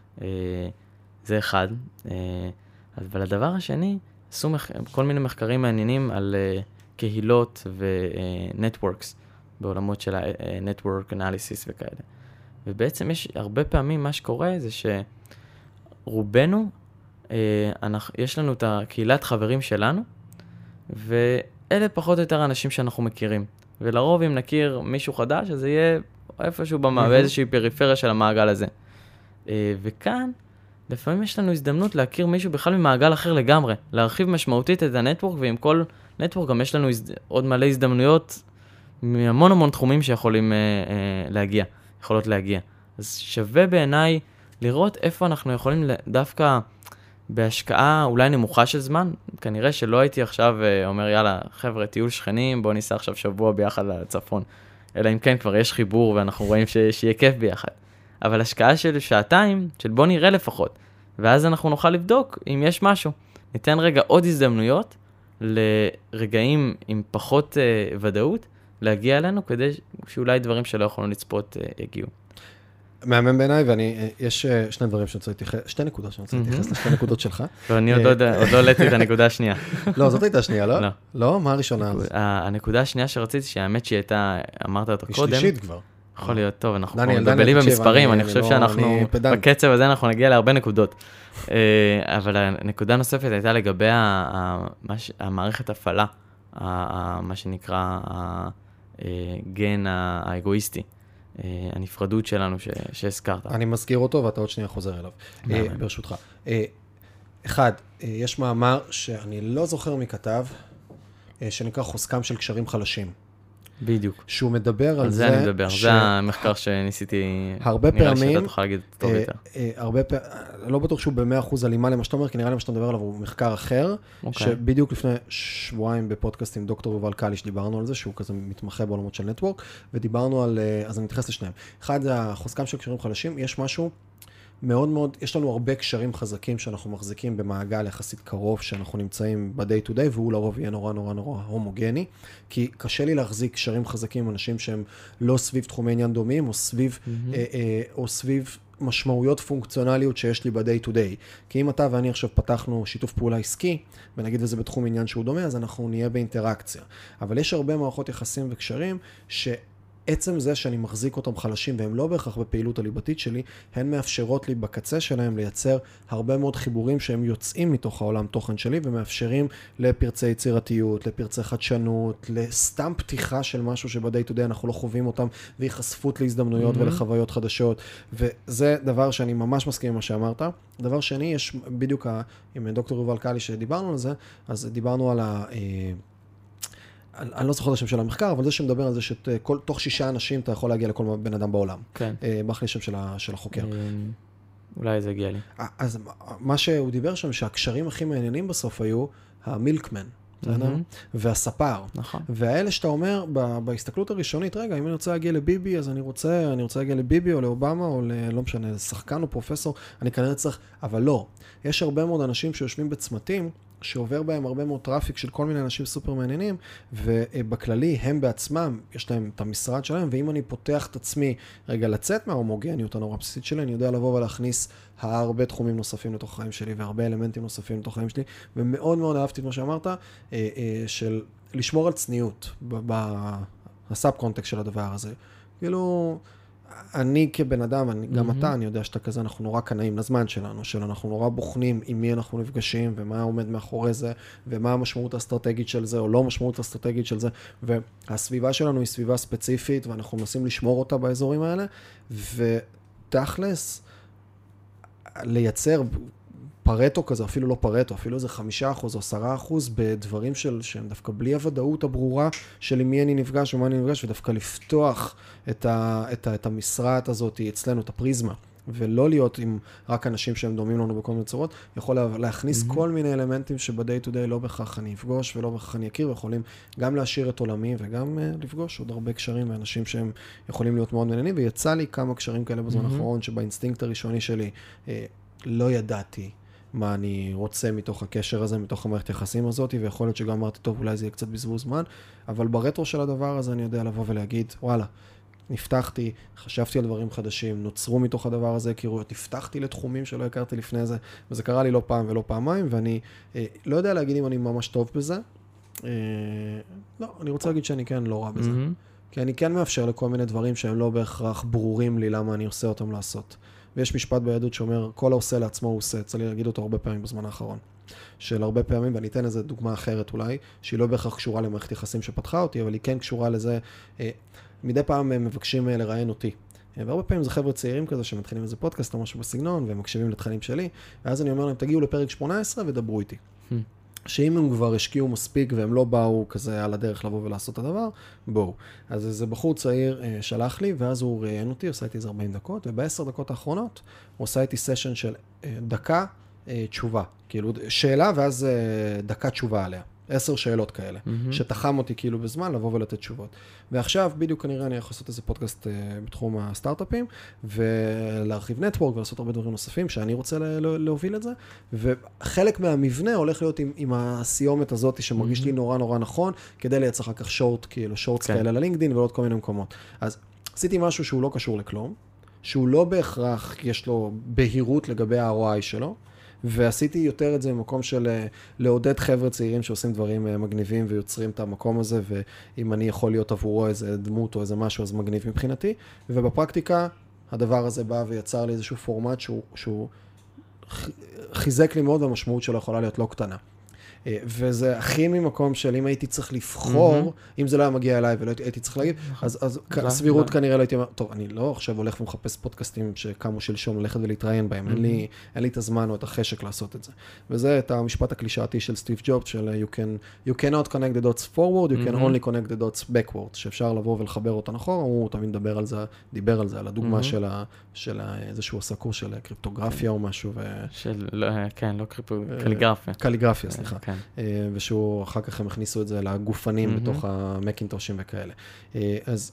זה אחד. אבל הדבר השני, עשו כל מיני מחקרים מעניינים על קהילות ו-networks בעולמות של ה-network analysis וכאלה. ובעצם יש הרבה פעמים מה שקורה זה שרובנו, יש לנו את הקהילת חברים שלנו, ואלה פחות או יותר אנשים שאנחנו מכירים. ולרוב אם נכיר מישהו חדש, אז זה יהיה איפשהו באיזושהי פריפריה של המעגל הזה. וכאן, לפעמים יש לנו הזדמנות להכיר מישהו בכלל ממעגל אחר לגמרי, להרחיב משמעותית את הנטוורק, ועם כל נטוורק גם יש לנו עוד מלא הזדמנויות מהמון המון תחומים שיכולים להגיע. יכולות להגיע. אז שווה בעיניי לראות איפה אנחנו יכולים דווקא בהשקעה אולי נמוכה של זמן. כנראה שלא הייתי עכשיו אומר, יאללה, חבר'ה, טיול שכנים, בוא ניסע עכשיו שבוע ביחד לצפון. אלא אם כן כבר יש חיבור ואנחנו רואים ש... שיהיה כיף ביחד. אבל השקעה של שעתיים, של בוא נראה לפחות. ואז אנחנו נוכל לבדוק אם יש משהו. ניתן רגע עוד הזדמנויות לרגעים עם פחות uh, ודאות, להגיע אלינו כדי שאולי דברים שלא יכולנו לצפות יגיעו. מהמם בעיניי, ואני, יש שני דברים שאני רוצה להתייחס, שתי נקודות שאני רוצה להתייחס לשתי נקודות שלך. ואני עוד לא עליתי את הנקודה השנייה. לא, זאת הייתה השנייה, לא? לא. לא? מה הראשונה? הנקודה השנייה שרציתי, שהאמת שהיא הייתה, אמרת אותה קודם. היא שלישית כבר. יכול להיות טוב, אנחנו מדברים במספרים, אני חושב שאנחנו, בקצב הזה אנחנו נגיע להרבה נקודות. אבל הנקודה נוספת הייתה לגבי המערכת הפעלה, מה שנקרא הגן האגואיסטי, הנפרדות שלנו שהזכרת. אני מזכיר אותו ואתה עוד שנייה חוזר אליו, ברשותך. אחד, יש מאמר שאני לא זוכר מי כתב, שנקרא חוזקם של קשרים חלשים. בדיוק. שהוא מדבר על זה... על זה אני מדבר, זה המחקר שניסיתי... הרבה פעמים... נראה שאתה תוכל להגיד טוב יותר. הרבה פעמים... לא בטוח שהוא ב-מאה אחוז הלימה למה שאתה אומר, כי נראה לי מה שאתה מדבר עליו הוא מחקר אחר, שבדיוק לפני שבועיים בפודקאסט עם דוקטור יובל קליש דיברנו על זה, שהוא כזה מתמחה בעולמות של נטוורק, ודיברנו על... אז אני מתייחס לשניהם. אחד זה החוזקם של קשרים חלשים, יש משהו מאוד מאוד, יש לנו הרבה קשרים חזקים שאנחנו מחזיקים במעגל יחסית קרוב, שאנחנו נמצאים ב-day to day, והוא לרוב יהיה נורא נורא נורא הומוגני, כי קשה לי להחזיק קשרים חזקים עם אנשים שהם לא סביב תחומי עניין דומים, או סביב, mm-hmm. אה, אה, או סביב משמעויות פונקציונליות שיש לי ב-day to day. כי אם אתה ואני עכשיו פתחנו שיתוף פעולה עסקי, ונגיד וזה בתחום עניין שהוא דומה, אז אנחנו נהיה באינטראקציה. אבל יש הרבה מערכות יחסים וקשרים ש... עצם זה שאני מחזיק אותם חלשים, והם לא בהכרח בפעילות הליבתית שלי, הן מאפשרות לי בקצה שלהם לייצר הרבה מאוד חיבורים שהם יוצאים מתוך העולם תוכן שלי, ומאפשרים לפרצי יצירתיות, לפרצי חדשנות, לסתם פתיחה של משהו שב-day to day אנחנו לא חווים אותם, והיחשפות להזדמנויות mm-hmm. ולחוויות חדשות, וזה דבר שאני ממש מסכים עם מה שאמרת. דבר שני, יש בדיוק עם דוקטור יובל קלי שדיברנו על זה, אז דיברנו על ה... אני לא זוכר את השם של המחקר, אבל זה שמדבר על זה שתוך שישה אנשים אתה יכול להגיע לכל בן אדם בעולם. כן. בח לי שם של החוקר. אולי זה הגיע לי. אז מה שהוא דיבר שם, שהקשרים הכי מעניינים בסוף היו המילקמן. בסדר? והספר. נכון. והאלה שאתה אומר, בהסתכלות הראשונית, רגע, אם אני רוצה להגיע לביבי, אז אני רוצה, אני רוצה להגיע לביבי או לאובמה, או לא משנה, שחקן או פרופסור, אני כנראה צריך, אבל לא. יש הרבה מאוד אנשים שיושבים בצמתים, שעובר בהם הרבה מאוד טראפיק של כל מיני אנשים סופר מעניינים, ובכללי הם בעצמם, יש להם את המשרד שלהם, ואם אני פותח את עצמי רגע לצאת מההומוגניות הנורא בסיסית שלי, אני יודע לבוא ולהכניס הרבה תחומים נוספים לתוך החיים שלי, והרבה אלמנטים נוספים לתוך החיים שלי, ומאוד מאוד אהבתי את מה שאמרת, של לשמור על צניעות, בסאב קונטקסט של הדבר הזה. כאילו, אני כבן אדם, אני, גם mm-hmm. אתה, אני יודע שאתה כזה, אנחנו נורא קנאים לזמן שלנו, שאנחנו נורא בוחנים עם מי אנחנו נפגשים, ומה עומד מאחורי זה, ומה המשמעות האסטרטגית של זה, או לא המשמעות האסטרטגית של זה, והסביבה שלנו היא סביבה ספציפית, ואנחנו מנסים לשמור אותה באזורים האלה, ותכלס, לייצר פרטו כזה, אפילו לא פרטו, אפילו איזה חמישה אחוז או עשרה אחוז בדברים של, שהם דווקא בלי הוודאות הברורה של עם מי אני נפגש ומה אני נפגש, ודווקא לפתוח את, ה, את, ה, את המשרת הזאת אצלנו, את הפריזמה, ולא להיות עם רק אנשים שהם דומים לנו בכל מיני צורות, יכול להכניס mm-hmm. כל מיני אלמנטים שבדי טו די לא בכך אני אפגוש ולא בכך אני אכיר, ויכולים גם להשאיר את עולמי וגם uh, לפגוש עוד הרבה קשרים ואנשים שהם יכולים להיות מאוד מעניינים, ויצא לי כמה קשרים כאלה בזמן mm-hmm. האחרון, שבאינסטינקט הראשוני שלי uh, לא ידעתי מה אני רוצה מתוך הקשר הזה, מתוך המערכת יחסים הזאת, ויכול להיות שגם אמרתי, טוב, אולי זה יהיה קצת בזבוז זמן, אבל ברטרו של הדבר הזה אני יודע לבוא ולהגיד, וואלה, נפתחתי, חשבתי על דברים חדשים, נוצרו מתוך הדבר הזה, הכירויות, נפתחתי לתחומים שלא הכרתי לפני זה, וזה קרה לי לא פעם ולא פעמיים, ואני אה, לא יודע להגיד אם אני ממש טוב בזה. אה, לא, אני רוצה להגיד שאני כן לא רע בזה. Mm-hmm. כי אני כן מאפשר לכל מיני דברים שהם לא בהכרח ברורים לי למה אני עושה אותם לעשות. ויש משפט ביהדות שאומר, כל העושה לעצמו הוא עושה, צריך להגיד אותו הרבה פעמים בזמן האחרון. של הרבה פעמים, ואני אתן איזו דוגמה אחרת אולי, שהיא לא בהכרח קשורה למערכת יחסים שפתחה אותי, אבל היא כן קשורה לזה, אה, מדי פעם הם מבקשים לראיין אותי. והרבה פעמים זה חבר'ה צעירים כזה שמתחילים איזה פודקאסט או משהו בסגנון, והם מקשיבים לתכנים שלי, ואז אני אומר להם, תגיעו לפרק שמונה עשרה ודברו איתי. Hmm. שאם הם כבר השקיעו מספיק והם לא באו כזה על הדרך לבוא ולעשות את הדבר, בואו. אז איזה בחור צעיר אה, שלח לי, ואז הוא ראיין אותי, עושה איתי איזה ארבעים דקות, ובעשר דקות האחרונות הוא עושה איתי סשן של אה, דקה אה, תשובה. כאילו שאלה ואז אה, דקה תשובה עליה. עשר שאלות כאלה, mm-hmm. שתחם אותי כאילו בזמן לבוא ולתת תשובות. ועכשיו בדיוק כנראה אני יכול לעשות איזה פודקאסט uh, בתחום הסטארט-אפים, ולהרחיב נטוורק ולעשות הרבה דברים נוספים שאני רוצה לה, להוביל את זה, וחלק מהמבנה הולך להיות עם, עם הסיומת הזאת שמרגיש mm-hmm. לי נורא נורא נכון, כדי לייצר אחר כך שורט, כאילו שורטס כאלה ללינקדין ועוד כל מיני מקומות. אז עשיתי משהו שהוא לא קשור לכלום, שהוא לא בהכרח יש לו בהירות לגבי ה-אר או איי שלו, ועשיתי יותר את זה במקום של לעודד חבר'ה צעירים שעושים דברים מגניבים ויוצרים את המקום הזה, ואם אני יכול להיות עבורו איזה דמות או איזה משהו, אז מגניב מבחינתי. ובפרקטיקה, הדבר הזה בא ויצר לי איזשהו פורמט שהוא, שהוא חיזק לי מאוד, והמשמעות שלו יכולה להיות לא קטנה. וזה הכי ממקום של אם הייתי צריך לבחור, mm-hmm. אם זה לא היה מגיע אליי ולא הייתי צריך להגיד, אז, אז הסבירות כנראה לא הייתי אומר, טוב, אני לא עכשיו הולך ומחפש פודקאסטים שקמו שלשום ללכת ולהתראיין בהם, mm-hmm. אין לי, אין לי את הזמן או את החשק לעשות את זה. וזה את המשפט הקלישאתי של סטיב ג'ובס, של you can, you cannot connect the dots forward, you can mm-hmm. only connect the dots backward, שאפשר לבוא ולחבר אותן אחורה, הוא תמיד מדבר על זה, דיבר על זה, על הדוגמה mm-hmm. של, ה, של ה, איזשהו עסקור של קריפטוגרפיה או משהו. ו... של, לא, כן, לא קריפטו, קליגרפיה. קליגרפיה, סליחה. כן. ושהוא אחר כך הם הכניסו את זה לגופנים mm-hmm. בתוך המקינטושים וכאלה. אז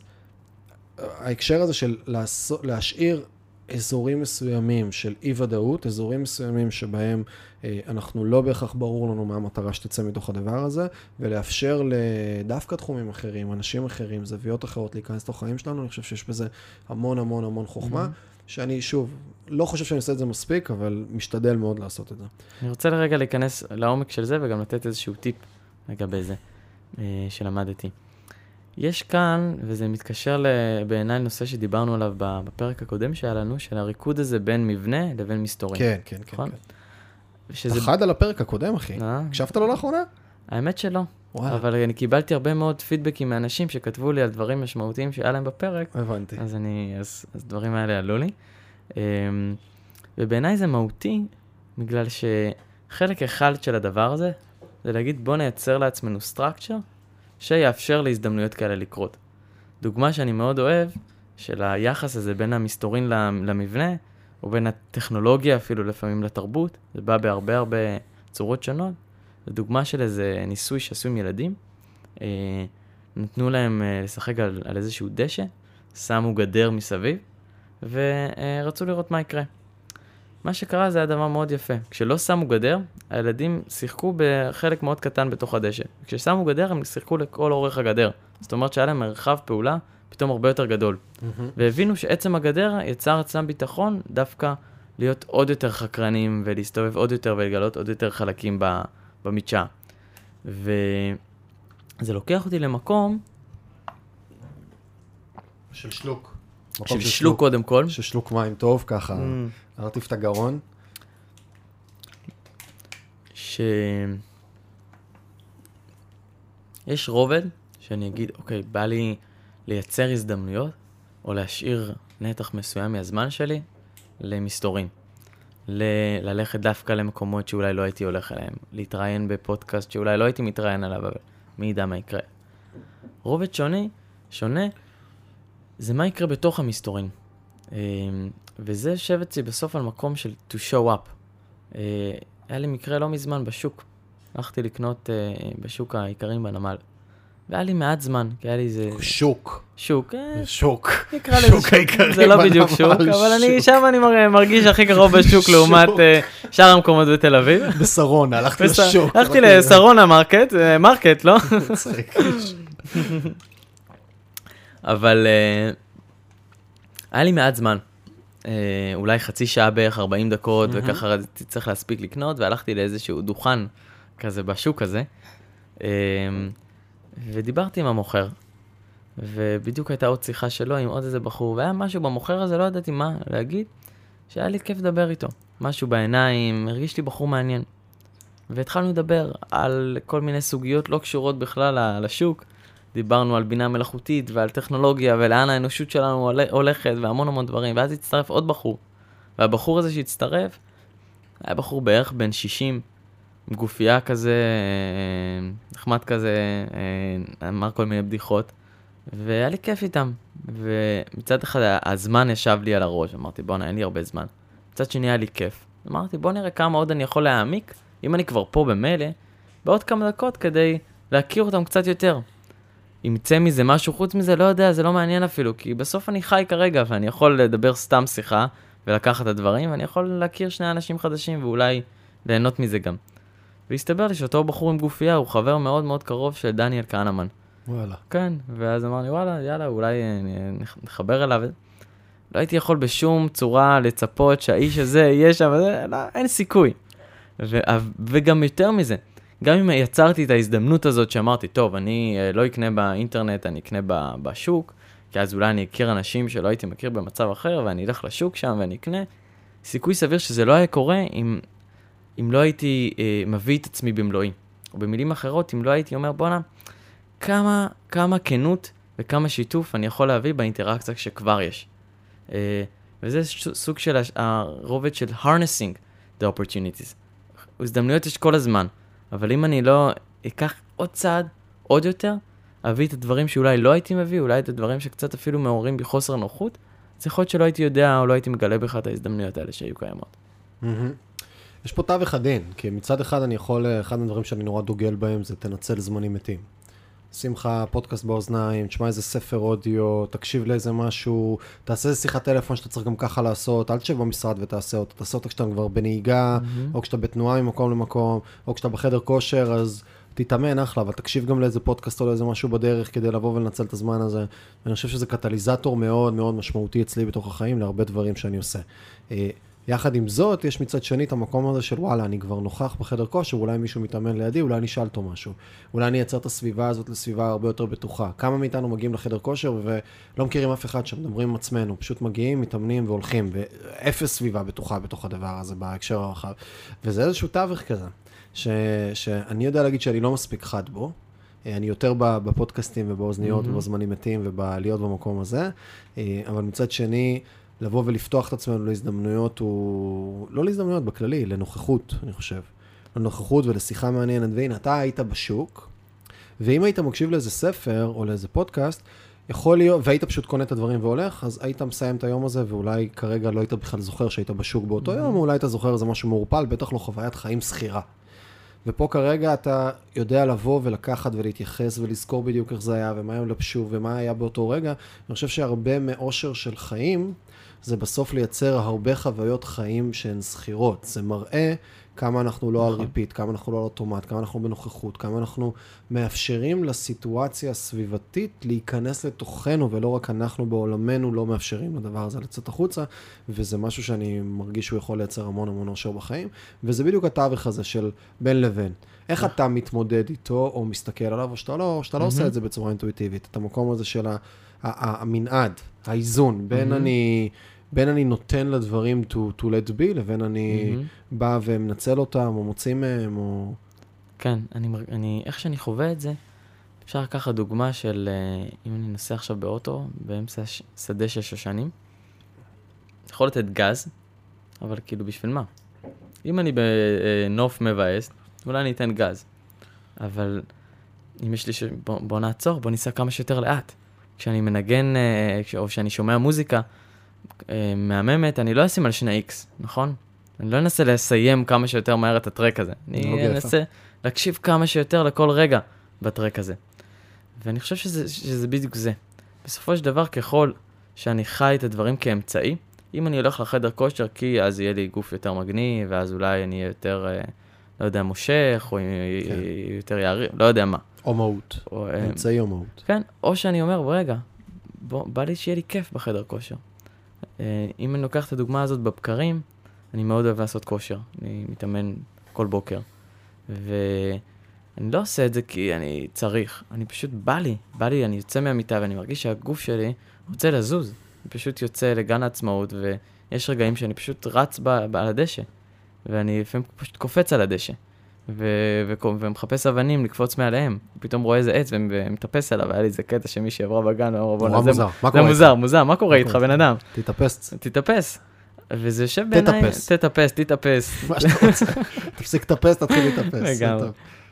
ההקשר הזה של להשאיר אזורים מסוימים של אי-ודאות, אזורים מסוימים שבהם אנחנו לא בהכרח ברור לנו מה המטרה שתצא מתוך הדבר הזה, ולאפשר לדווקא תחומים אחרים, אנשים אחרים, זוויות אחרות להיכנס לתוך החיים שלנו, אני חושב שיש בזה המון המון המון חוכמה, mm-hmm. שאני שוב, לא חושב שאני עושה את זה מספיק, אבל משתדל מאוד לעשות את זה. אני רוצה לרגע להיכנס לעומק של זה, וגם לתת איזשהו טיפ לגבי זה, שלמדתי. יש כאן, וזה מתקשר בעיניי נושא שדיברנו עליו בפרק הקודם שהיה לנו, של הריקוד הזה בין מבנה לבין מסתורים. כן, כן, כן. שזה... אחד על הפרק הקודם, אחי. הקשבת לו לאחרונה? האמת שלא. אבל אני קיבלתי הרבה מאוד פידבקים מאנשים שכתבו לי על דברים משמעותיים שהיה להם בפרק. הבנתי. אז אני, אז, אז דברים האלה עלו לי. ובעיניי זה מהותי, בגלל שחלק אחד של הדבר הזה, זה להגיד בוא נייצר לעצמנו structure, שיאפשר להזדמנויות כאלה לקרות. דוגמה שאני מאוד אוהב, של היחס הזה בין המסתורין למבנה, או בין הטכנולוגיה אפילו לפעמים לתרבות, זה בא בהרבה הרבה צורות שונות, זו דוגמה של איזה ניסוי שעשו עם ילדים, נתנו להם לשחק על, על איזשהו דשא, שמו גדר מסביב, ורצו לראות מה יקרה. מה שקרה זה היה דבר מאוד יפה. כשלא שמו גדר, הילדים שיחקו בחלק מאוד קטן בתוך הדשא. כששמו גדר, הם שיחקו לכל אורך הגדר. זאת אומרת שהיה להם מרחב פעולה פתאום הרבה יותר גדול. Mm-hmm. והבינו שעצם הגדר יצר אצלם ביטחון דווקא להיות עוד יותר חקרנים, ולהסתובב עוד יותר ולגלות עוד יותר חלקים במדשאה. וזה לוקח אותי למקום... של שלוק. של שלוק, שלוק קודם כל. של שלוק מים טוב, ככה, mm. הרטיף את הגרון. ש... יש רובד שאני אגיד, אוקיי, בא לי לייצר הזדמנויות, או להשאיר נתח מסוים מהזמן שלי למסתורים. ל- ללכת דווקא למקומות שאולי לא הייתי הולך אליהם. להתראיין בפודקאסט שאולי לא הייתי מתראיין עליו, אבל מי ידע מה יקרה. רובד שונה, שונה, זה מה יקרה בתוך המסתורים. וזה יושב אצלי בסוף על מקום של to show up. היה לי מקרה לא מזמן בשוק. הלכתי לקנות בשוק העיקרים בנמל. והיה לי מעט זמן, כי היה לי איזה... שוק. שוק. שוק. נקרא לזה שוק. זה לא בדיוק שוק, אבל אני שם אני מרגיש הכי קרוב בשוק לעומת שאר המקומות בתל אביב. בשרונה, הלכתי לשוק. הלכתי לשרונה מרקט, מרקט, לא? אבל היה לי מעט זמן. אולי חצי שעה בערך, ארבעים דקות, וככה צריך להספיק לקנות, והלכתי לאיזשהו דוכן כזה בשוק הזה. ודיברתי עם המוכר, ובדיוק הייתה עוד שיחה שלו עם עוד איזה בחור, והיה משהו במוכר הזה, לא ידעתי מה להגיד, שהיה לי כיף לדבר איתו. משהו בעיניים, הרגיש לי בחור מעניין. והתחלנו לדבר על כל מיני סוגיות לא קשורות בכלל לשוק. דיברנו על בינה מלאכותית ועל טכנולוגיה, ולאן האנושות שלנו הולכת, והמון המון דברים. ואז הצטרף עוד בחור. והבחור הזה שהצטרף, היה בחור בערך בן שישים, גופייה כזה, נחמד כזה, אמר כל מיני בדיחות, והיה לי כיף איתם. ומצד אחד הזמן ישב לי על הראש, אמרתי בוא, אין לי הרבה זמן. מצד שני היה לי כיף. אמרתי בוא נראה כמה עוד אני יכול להעמיק, אם אני כבר פה במילא, בעוד כמה דקות כדי להכיר אותם קצת יותר. אם יצא מזה משהו חוץ מזה, לא יודע, זה לא מעניין אפילו, כי בסוף אני חי כרגע, ואני יכול לדבר סתם שיחה, ולקחת את הדברים, ואני יכול להכיר שני אנשים חדשים, ואולי ליהנות מזה גם. והסתבר לי שאותו בחור עם גופייה, הוא חבר מאוד מאוד קרוב של דניאל כהנמן. וואלה. כן, ואז אמר לי, וואלה, יאללה, אולי נחבר אליו. לא הייתי יכול בשום צורה לצפות שהאיש הזה יהיה שם, לא, אין סיכוי. ו- וגם יותר מזה, גם אם יצרתי את ההזדמנות הזאת שאמרתי, טוב, אני לא אקנה באינטרנט, אני אקנה בשוק, כי אז אולי אני אכיר אנשים שלא הייתי מכיר במצב אחר, ואני אלך לשוק שם ואני אקנה. סיכוי סביר שזה לא היה קורה אם, אם לא הייתי אה, מביא את עצמי במלואי. או במילים אחרות, אם לא הייתי אומר, בוא'נה, כמה, כמה כנות וכמה שיתוף אני יכול להביא באינטראקציה שכבר יש. אה, וזה סוג של הרובד של harnessing the opportunities. הזדמנויות יש כל הזמן. אבל אם אני לא אקח עוד צעד, עוד יותר, אביא את הדברים שאולי לא הייתי מביא, אולי את הדברים שקצת אפילו מעוררים בי חוסר נוחות, זה יכול להיות שלא הייתי יודע או לא הייתי מגלה בכלל את ההזדמנויות האלה שהיו קיימות. יש פה תווך עדין, כי מצד אחד אני יכול, אחד מהדברים שאני נורא דוגל בהם זה תנצל זמנים מתים. שים לך פודקאסט באוזניים, תשמע איזה ספר אודיו, תקשיב לאיזה משהו, תעשה איזה שיחת טלפון שאתה צריך גם ככה לעשות, אל תשב במשרד ותעשה אותה, תעשה אותה כשאתה כבר בנהיגה, mm-hmm. או כשאתה בתנועה ממקום למקום, או כשאתה בחדר כושר, אז תתאמן אחלה, אבל תקשיב גם לאיזה פודקאסט או לאיזה משהו בדרך כדי לבוא ולנצל את הזמן הזה. ואני חושב שזה קטליזטור מאוד מאוד משמעותי אצלי בתוך החיים להרבה דברים שאני עושה. יחד עם זאת, יש מצד שני את המקום הזה של וואלה, אני כבר נוכח בחדר כושר, אולי מישהו מתאמן לידי, אולי אני אשאל אותו משהו. אולי אני אייצר את הסביבה הזאת לסביבה הרבה יותר בטוחה. כמה מאיתנו מגיעים לחדר כושר ולא מכירים אף אחד שמדברים עם עצמנו, פשוט מגיעים, מתאמנים והולכים, ואפס סביבה בטוחה בתוך הדבר הזה בהקשר הרחב. וזה איזשהו תווך כזה, ש... שאני יודע להגיד שאני לא מספיק חד בו, אני יותר בפודקאסטים ובאוזניות mm-hmm. ובזמנים מתים ובעליות במקום הזה, אבל מצד שני, לבוא ולפתוח את עצמנו להזדמנויות, הוא לא להזדמנויות בכללי, לנוכחות, אני חושב. לנוכחות ולשיחה מעניינת, והנה, אתה היית בשוק, ואם היית מקשיב לאיזה ספר או לאיזה פודקאסט, יכול להיות, והיית פשוט קונה את הדברים והולך, אז היית מסיים את היום הזה, ואולי כרגע לא היית בכלל זוכר שהיית בשוק באותו יום, או אולי היית זוכר איזה משהו מעורפל, בטח לא חוויית חיים סחירה. ופה כרגע אתה יודע לבוא ולקחת ולהתייחס ולזכור בדיוק איך זה היה, ומה הם לבשו ומה היה באותו רגע. אני חושב שהרבה מאושר של חיים, זה בסוף לייצר הרבה חוויות חיים שהן סחירות. זה מראה כמה אנחנו לא על ריפיט, כמה אנחנו לא על אוטומט, כמה אנחנו בנוכחות, כמה אנחנו מאפשרים לסיטואציה הסביבתית להיכנס לתוכנו, ולא רק אנחנו בעולמנו לא מאפשרים לדבר הזה לצאת החוצה, וזה משהו שאני מרגיש שהוא יכול לייצר המון המון אושר בחיים, וזה בדיוק התווך הזה של בין לבין. איך אתה מתמודד איתו, או מסתכל עליו, או שאתה לא, או שאתה לא עושה את זה בצורה אינטואיטיבית. את המקום הזה של המנעד, האיזון, בין אני... בין אני נותן לדברים to, to let be, לבין אני mm-hmm. בא ומנצל אותם, או מוציא מהם, או... כן, אני, אני, איך שאני חווה את זה, אפשר לקחת דוגמה של, אם אני נוסע עכשיו באוטו, באמצע שדה של שושנים, יכול לתת גז, אבל כאילו בשביל מה? אם אני בנוף מבאס, אולי אני אתן גז. אבל אם יש לי ש... בוא, בוא נעצור, בוא ניסע כמה שיותר לאט. כשאני מנגן, או כשאני שומע מוזיקה, מהממת, אני לא אשים על שני איקס, נכון? אני לא אנסה לסיים כמה שיותר מהר את הטרק הזה. אני אנסה להקשיב כמה שיותר לכל רגע בטרק הזה. ואני חושב שזה, שזה בדיוק זה. בסופו של דבר, ככל שאני חי את הדברים כאמצעי, אם אני הולך לחדר כושר, כי אז יהיה לי גוף יותר מגניב, ואז אולי אני אהיה יותר, לא יודע, מושך, או כן. יותר יערי, לא יודע מה. או מהות. או, אמצעי או מהות. כן, או שאני אומר, רגע, בוא, בא לי שיהיה לי כיף בחדר כושר. אם אני לוקח את הדוגמה הזאת בבקרים, אני מאוד אוהב לעשות כושר. אני מתאמן כל בוקר. ואני לא עושה את זה כי אני צריך. אני פשוט בא לי, בא לי, אני יוצא מהמיטה ואני מרגיש שהגוף שלי רוצה לזוז. אני פשוט יוצא לגן העצמאות, ויש רגעים שאני פשוט רץ ב- ב- על הדשא. ואני לפעמים פשוט קופץ על הדשא. ו- ו- ומחפש אבנים לקפוץ מעליהם. פתאום רואה איזה עץ ומטפס עליו. היה לי איזה קטע שמישהי עברה בגן, נורא מוזר. זה מוזר, מוזר. מה קורה איתך, בן אדם? תתאפס. תתאפס. וזה יושב בעיניי... תתאפס. תתאפס, תתאפס. מה שאתה רוצה. תפסיק תתאפס, תתחיל להתאפס. לגמרי.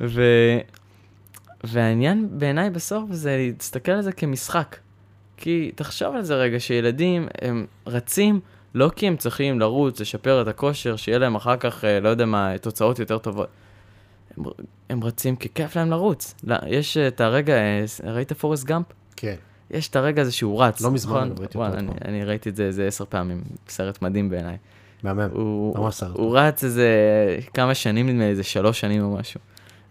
והעניין בעיניי בסוף זה להסתכל על זה כמשחק. כי תחשוב על זה רגע, שילדים הם רצים, לא כי הם צריכים לרוץ, לשפר את הכושר, שיהיה להם אחר כך, לא יודע מה, תוצאות יותר טובות. הם, הם רצים כי כיף להם לרוץ. לא, יש את הרגע, ראית פורסט גאמפ? כן. יש את הרגע הזה שהוא רץ. לא מזמן, אני ראיתי אותו. אני, אני ראיתי את זה איזה עשר פעמים, סרט מדהים בעיניי. מהמם, ממש סרט. הוא רץ איזה כמה שנים, נדמה לי, איזה שלוש שנים או משהו.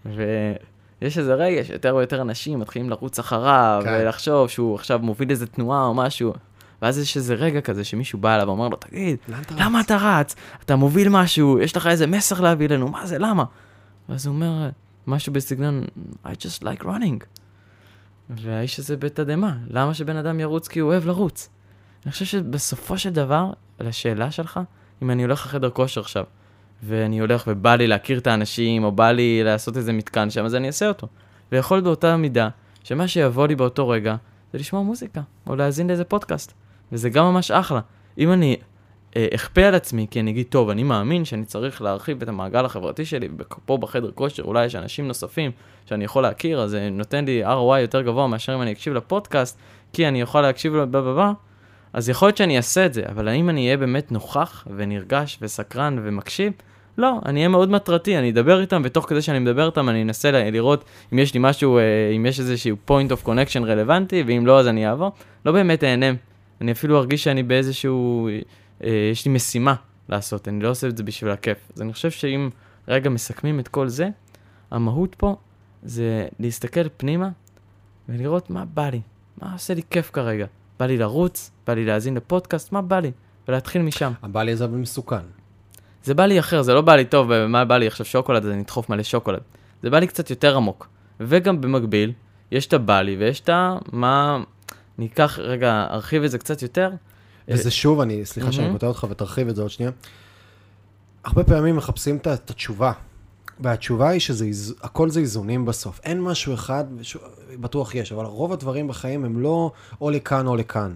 ויש איזה רגע שיותר ויותר אנשים מתחילים לרוץ אחריו, כן. ולחשוב שהוא עכשיו מוביל איזה תנועה או משהו. ואז יש איזה רגע כזה שמישהו בא אליו ואומר לו, תגיד, למה אתה רץ? אתה מוביל משהו, יש לך איזה מסר להביא לנו, מה זה, למה? ואז הוא אומר, משהו בסגנון, I just like running. והאיש הזה בתדמה, למה שבן אדם ירוץ כי הוא אוהב לרוץ? אני חושב שבסופו של דבר, לשאלה שלך, אם אני הולך לחדר כושר עכשיו, ואני הולך ובא לי להכיר את האנשים, או בא לי לעשות איזה מתקן שם, אז אני אעשה אותו. ויכול באותה מידה, שמה שיבוא לי באותו רגע, זה לשמוע מוזיקה, או להאזין לאיזה פודקאסט. וזה גם ממש אחלה. אם אני אה, אכפה על עצמי, כי אני אגיד, טוב, אני מאמין שאני צריך להרחיב את המעגל החברתי שלי, פה בחדר כושר, אולי יש אנשים נוספים שאני יכול להכיר, אז זה נותן לי אר או איי יותר גבוה מאשר אם אני אקשיב לפודקאסט, כי אני יכול להקשיב לבא, אז יכול להיות שאני אעשה את זה, אבל האם אני אהיה באמת נוכח ונרגש וסקרן ומקשיב? לא, אני אהיה מאוד מטרתי, אני אדבר איתם, ותוך כדי שאני מדבר איתם, אני אנסה לראות אם יש לי משהו, אם יש איזשהו point of connection רלוונטי, ואם לא, אז אני אעבור. לא באמת אהנה. אני אפילו ארגיש שאני באיזשהו, אה, יש לי משימה לעשות, אני לא עושה את זה בשביל הכיף. אז אני חושב שאם רגע מסכמים את כל זה, המהות פה זה להסתכל פנימה, ולראות מה בא לי, מה עושה לי כיף כרגע. בא לי לרוץ, בא לי להאזין לפודקאסט, מה בא לי? ולהתחיל משם. בא לי זה אבל מסוכן. זה בא לי אחר, זה לא בא לי טוב, מה בא לי עכשיו שוקולד, אז אני אדחוף מלא שוקולד. זה בא לי קצת יותר עמוק. וגם במקביל, יש את הבא לי, ויש את מה... ניקח, רגע, ארחיב את זה קצת יותר. וזה שוב, אני, סליחה שאני קוטע אותך ותרחיב את זה עוד שנייה. הרבה פעמים מחפשים את התשובה. והתשובה היא שהכל זה איזונים בסוף. אין משהו אחד, בטוח יש, אבל רוב הדברים בחיים הם לא או לכאן או לכאן.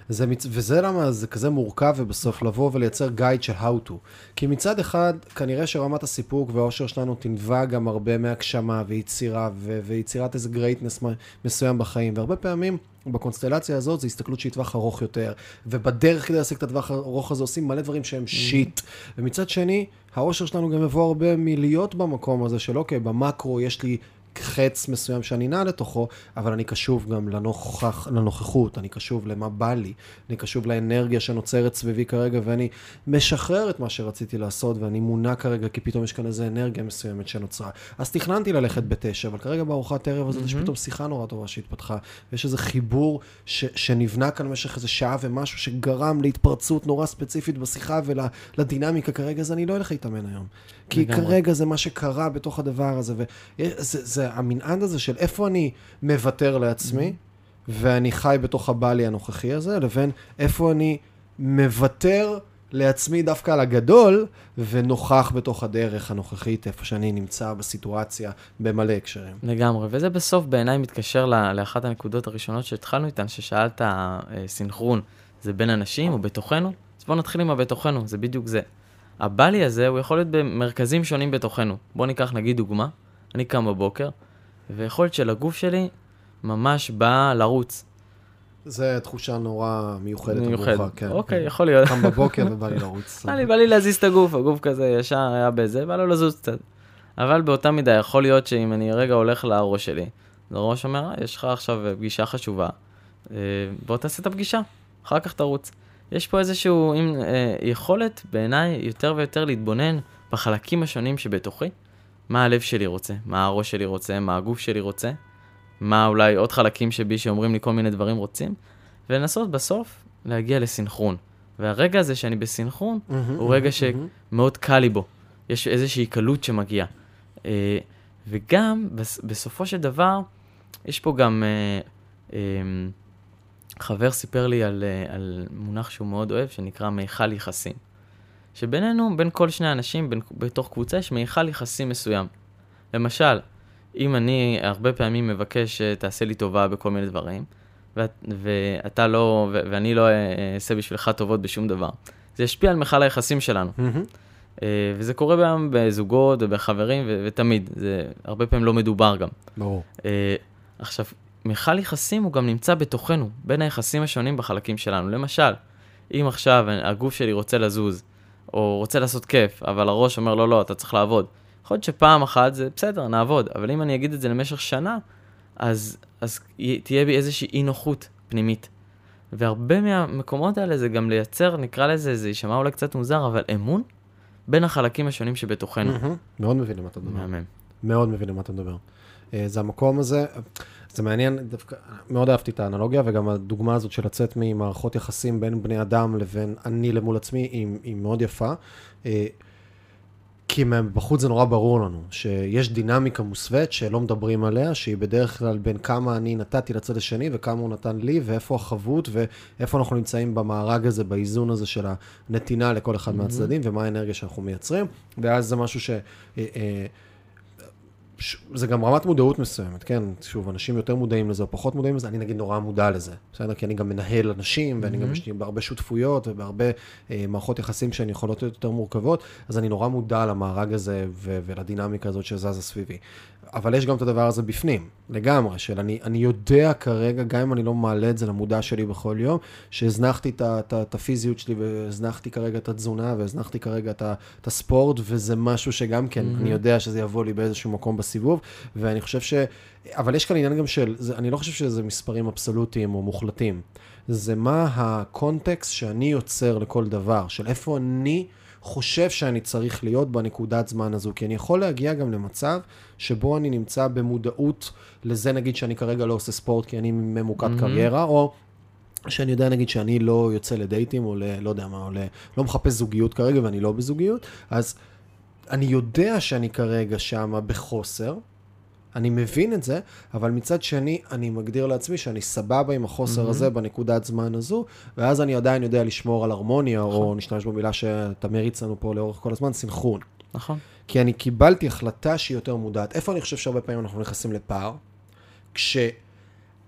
זה, וזה למה זה כזה מורכב ובסוף לבוא ולייצר גייד של how to. כי מצד אחד, כנראה שרמת הסיפוק והאושר שלנו תנבע גם הרבה מהגשמה ויצירה ו- ויצירת איזה גרייטנס מסוים בחיים. והרבה פעמים בקונסטלציה הזאת זה הסתכלות שהיא טווח ארוך יותר, ובדרך כדי להשיג את הטווח הארוך הזה עושים מלא דברים שהם שיט. ומצד שני, האושר שלנו גם יבוא הרבה מלהיות במקום הזה של אוקיי, במקרו יש לי חץ מסוים שאני נע לתוכו, אבל אני קשוב גם לנוכח, לנוכחות, אני קשוב למה בא לי, אני קשוב לאנרגיה שנוצרת סביבי כרגע, ואני משחרר את מה שרציתי לעשות, ואני מונע כרגע, כי פתאום יש כאן איזו אנרגיה מסוימת שנוצרה. אז תכננתי ללכת בתשע, אבל כרגע בארוחת ערב הזאת, mm-hmm. יש פתאום שיחה נורא טובה שהתפתחה, ויש איזה חיבור ש- שנבנה כאן במשך איזה שעה ומשהו שגרם להתפרצות נורא ספציפית בשיחה ולדינמיקה כרגע, אז אני לא אלך להתאמן היום. כי לגמרי. כרגע זה מה שקרה בתוך הדבר הזה, וזה, זה המנעד הזה של איפה אני מוותר לעצמי, mm-hmm. ואני חי בתוך הבלי הנוכחי הזה, לבין איפה אני מוותר לעצמי דווקא על הגדול, ונוכח בתוך הדרך הנוכחית, איפה שאני נמצא בסיטואציה במלא הקשרים. לגמרי, וזה בסוף בעיניי מתקשר לאחת הנקודות הראשונות שהתחלנו איתן, ששאלת סינכרון, זה בין אנשים או בתוכנו? אז בואו נתחיל עם הבתוכנו, זה בדיוק זה. הבלי הזה הוא יכול להיות במרכזים שונים בתוכנו. בואו ניקח נגיד דוגמה, אני קם בבוקר, ויכול להיות שלגוף שלי ממש בא לרוץ. זה תחושה נורא מיוחדת. מיוחדת, כן. אוקיי, יכול להיות. קם בבוקר ובא לי לרוץ. בא לי, בא לי להזיז את הגוף, הגוף כזה ישר היה בזה, בא לו לזוז קצת. אבל באותה מידה יכול להיות שאם אני רגע הולך לראש שלי, הראש אומר, יש לך עכשיו פגישה חשובה, בוא תעשה את הפגישה, אחר כך תרוץ. יש פה איזשהו עם, אה, יכולת בעיניי יותר ויותר להתבונן בחלקים השונים שבתוכי, מה הלב שלי רוצה, מה הראש שלי רוצה, מה הגוף שלי רוצה, מה אולי עוד חלקים שבי שאומרים לי כל מיני דברים רוצים, ולנסות בסוף להגיע לסינכרון. והרגע הזה שאני בסינכרון, mm-hmm, הוא רגע mm-hmm. שמאוד קל לי בו. יש איזושהי קלות שמגיעה. אה, וגם בסופו של דבר, יש פה גם... אה, אה, חבר סיפר לי על, על מונח שהוא מאוד אוהב, שנקרא מיכל יחסים. שבינינו, בין כל שני אנשים, בין, בתוך קבוצה, יש מיכל יחסים מסוים. למשל, אם אני הרבה פעמים מבקש שתעשה לי טובה בכל מיני דברים, ואת, ואתה לא, ו, ואני לא אעשה בשבילך טובות בשום דבר, זה ישפיע על מיכל היחסים שלנו. Mm-hmm. וזה קורה גם בזוגות ובחברים, ו, ותמיד. זה הרבה פעמים לא מדובר גם. ברור. עכשיו, מיכל יחסים הוא גם נמצא בתוכנו, בין היחסים השונים בחלקים שלנו. למשל, אם עכשיו הגוף שלי רוצה לזוז, או רוצה לעשות כיף, אבל הראש אומר, לא, לא, אתה צריך לעבוד. יכול להיות שפעם אחת זה בסדר, נעבוד, אבל אם אני אגיד את זה למשך שנה, אז, אז תהיה בי איזושהי אי נוחות פנימית. והרבה מהמקומות האלה זה גם לייצר, נקרא לזה, זה יישמע אולי קצת מוזר, אבל אמון בין החלקים השונים שבתוכנו. מאוד מבין למה אתה מדבר. מהמם. מאוד מבין למה אתה מדבר. זה המקום הזה, זה מעניין, דווקא, מאוד אהבתי את האנלוגיה, וגם הדוגמה הזאת של לצאת ממערכות יחסים בין בני אדם לבין אני למול עצמי, היא, היא מאוד יפה. כי בחוץ זה נורא ברור לנו, שיש דינמיקה מוסווית שלא מדברים עליה, שהיא בדרך כלל בין כמה אני נתתי לצד השני, וכמה הוא נתן לי, ואיפה החבות, ואיפה אנחנו נמצאים במארג הזה, באיזון הזה של הנתינה לכל אחד מהצדדים, ומה האנרגיה שאנחנו מייצרים, ואז זה משהו ש... זה גם רמת מודעות מסוימת, כן? שוב, אנשים יותר מודעים לזה או פחות מודעים לזה, אני נגיד נורא מודע לזה, בסדר? כי אני גם מנהל אנשים, ואני גם יש לי בהרבה שותפויות ובהרבה אה, מערכות יחסים שהן יכולות להיות יותר מורכבות, אז אני נורא מודע למארג הזה ו- ולדינמיקה הזאת שזזה סביבי. אבל יש גם את הדבר הזה בפנים, לגמרי, של אני, אני יודע כרגע, גם אם אני לא מעלה את זה למודע שלי בכל יום, שהזנחתי את, את, את הפיזיות שלי, והזנחתי כרגע את התזונה, והזנחתי כרגע את, את הספורט, וזה משהו שגם כן, mm-hmm. אני יודע שזה יבוא לי באיזשהו מקום בסיבוב, ואני חושב ש... אבל יש כאן עניין גם של, זה, אני לא חושב שזה מספרים אבסולוטיים או מוחלטים, זה מה הקונטקסט שאני יוצר לכל דבר, של איפה אני... חושב שאני צריך להיות בנקודת זמן הזו, כי אני יכול להגיע גם למצב שבו אני נמצא במודעות לזה, נגיד שאני כרגע לא עושה ספורט כי אני ממוקד mm-hmm. קריירה, או שאני יודע נגיד שאני לא יוצא לדייטים, או ל, לא יודע מה, או ל, לא מחפש זוגיות כרגע ואני לא בזוגיות, אז אני יודע שאני כרגע שם בחוסר, אני מבין את זה, אבל מצד שני, אני מגדיר לעצמי שאני סבבה עם החוסר mm-hmm. הזה בנקודת זמן הזו, ואז אני עדיין יודע לשמור על הרמוניה, נכון. או נשתמש במילה שאתה מריץ לנו פה לאורך כל הזמן, סינכרון. נכון. כי אני קיבלתי החלטה שהיא יותר מודעת. איפה אני חושב שהרבה פעמים אנחנו נכנסים לפער?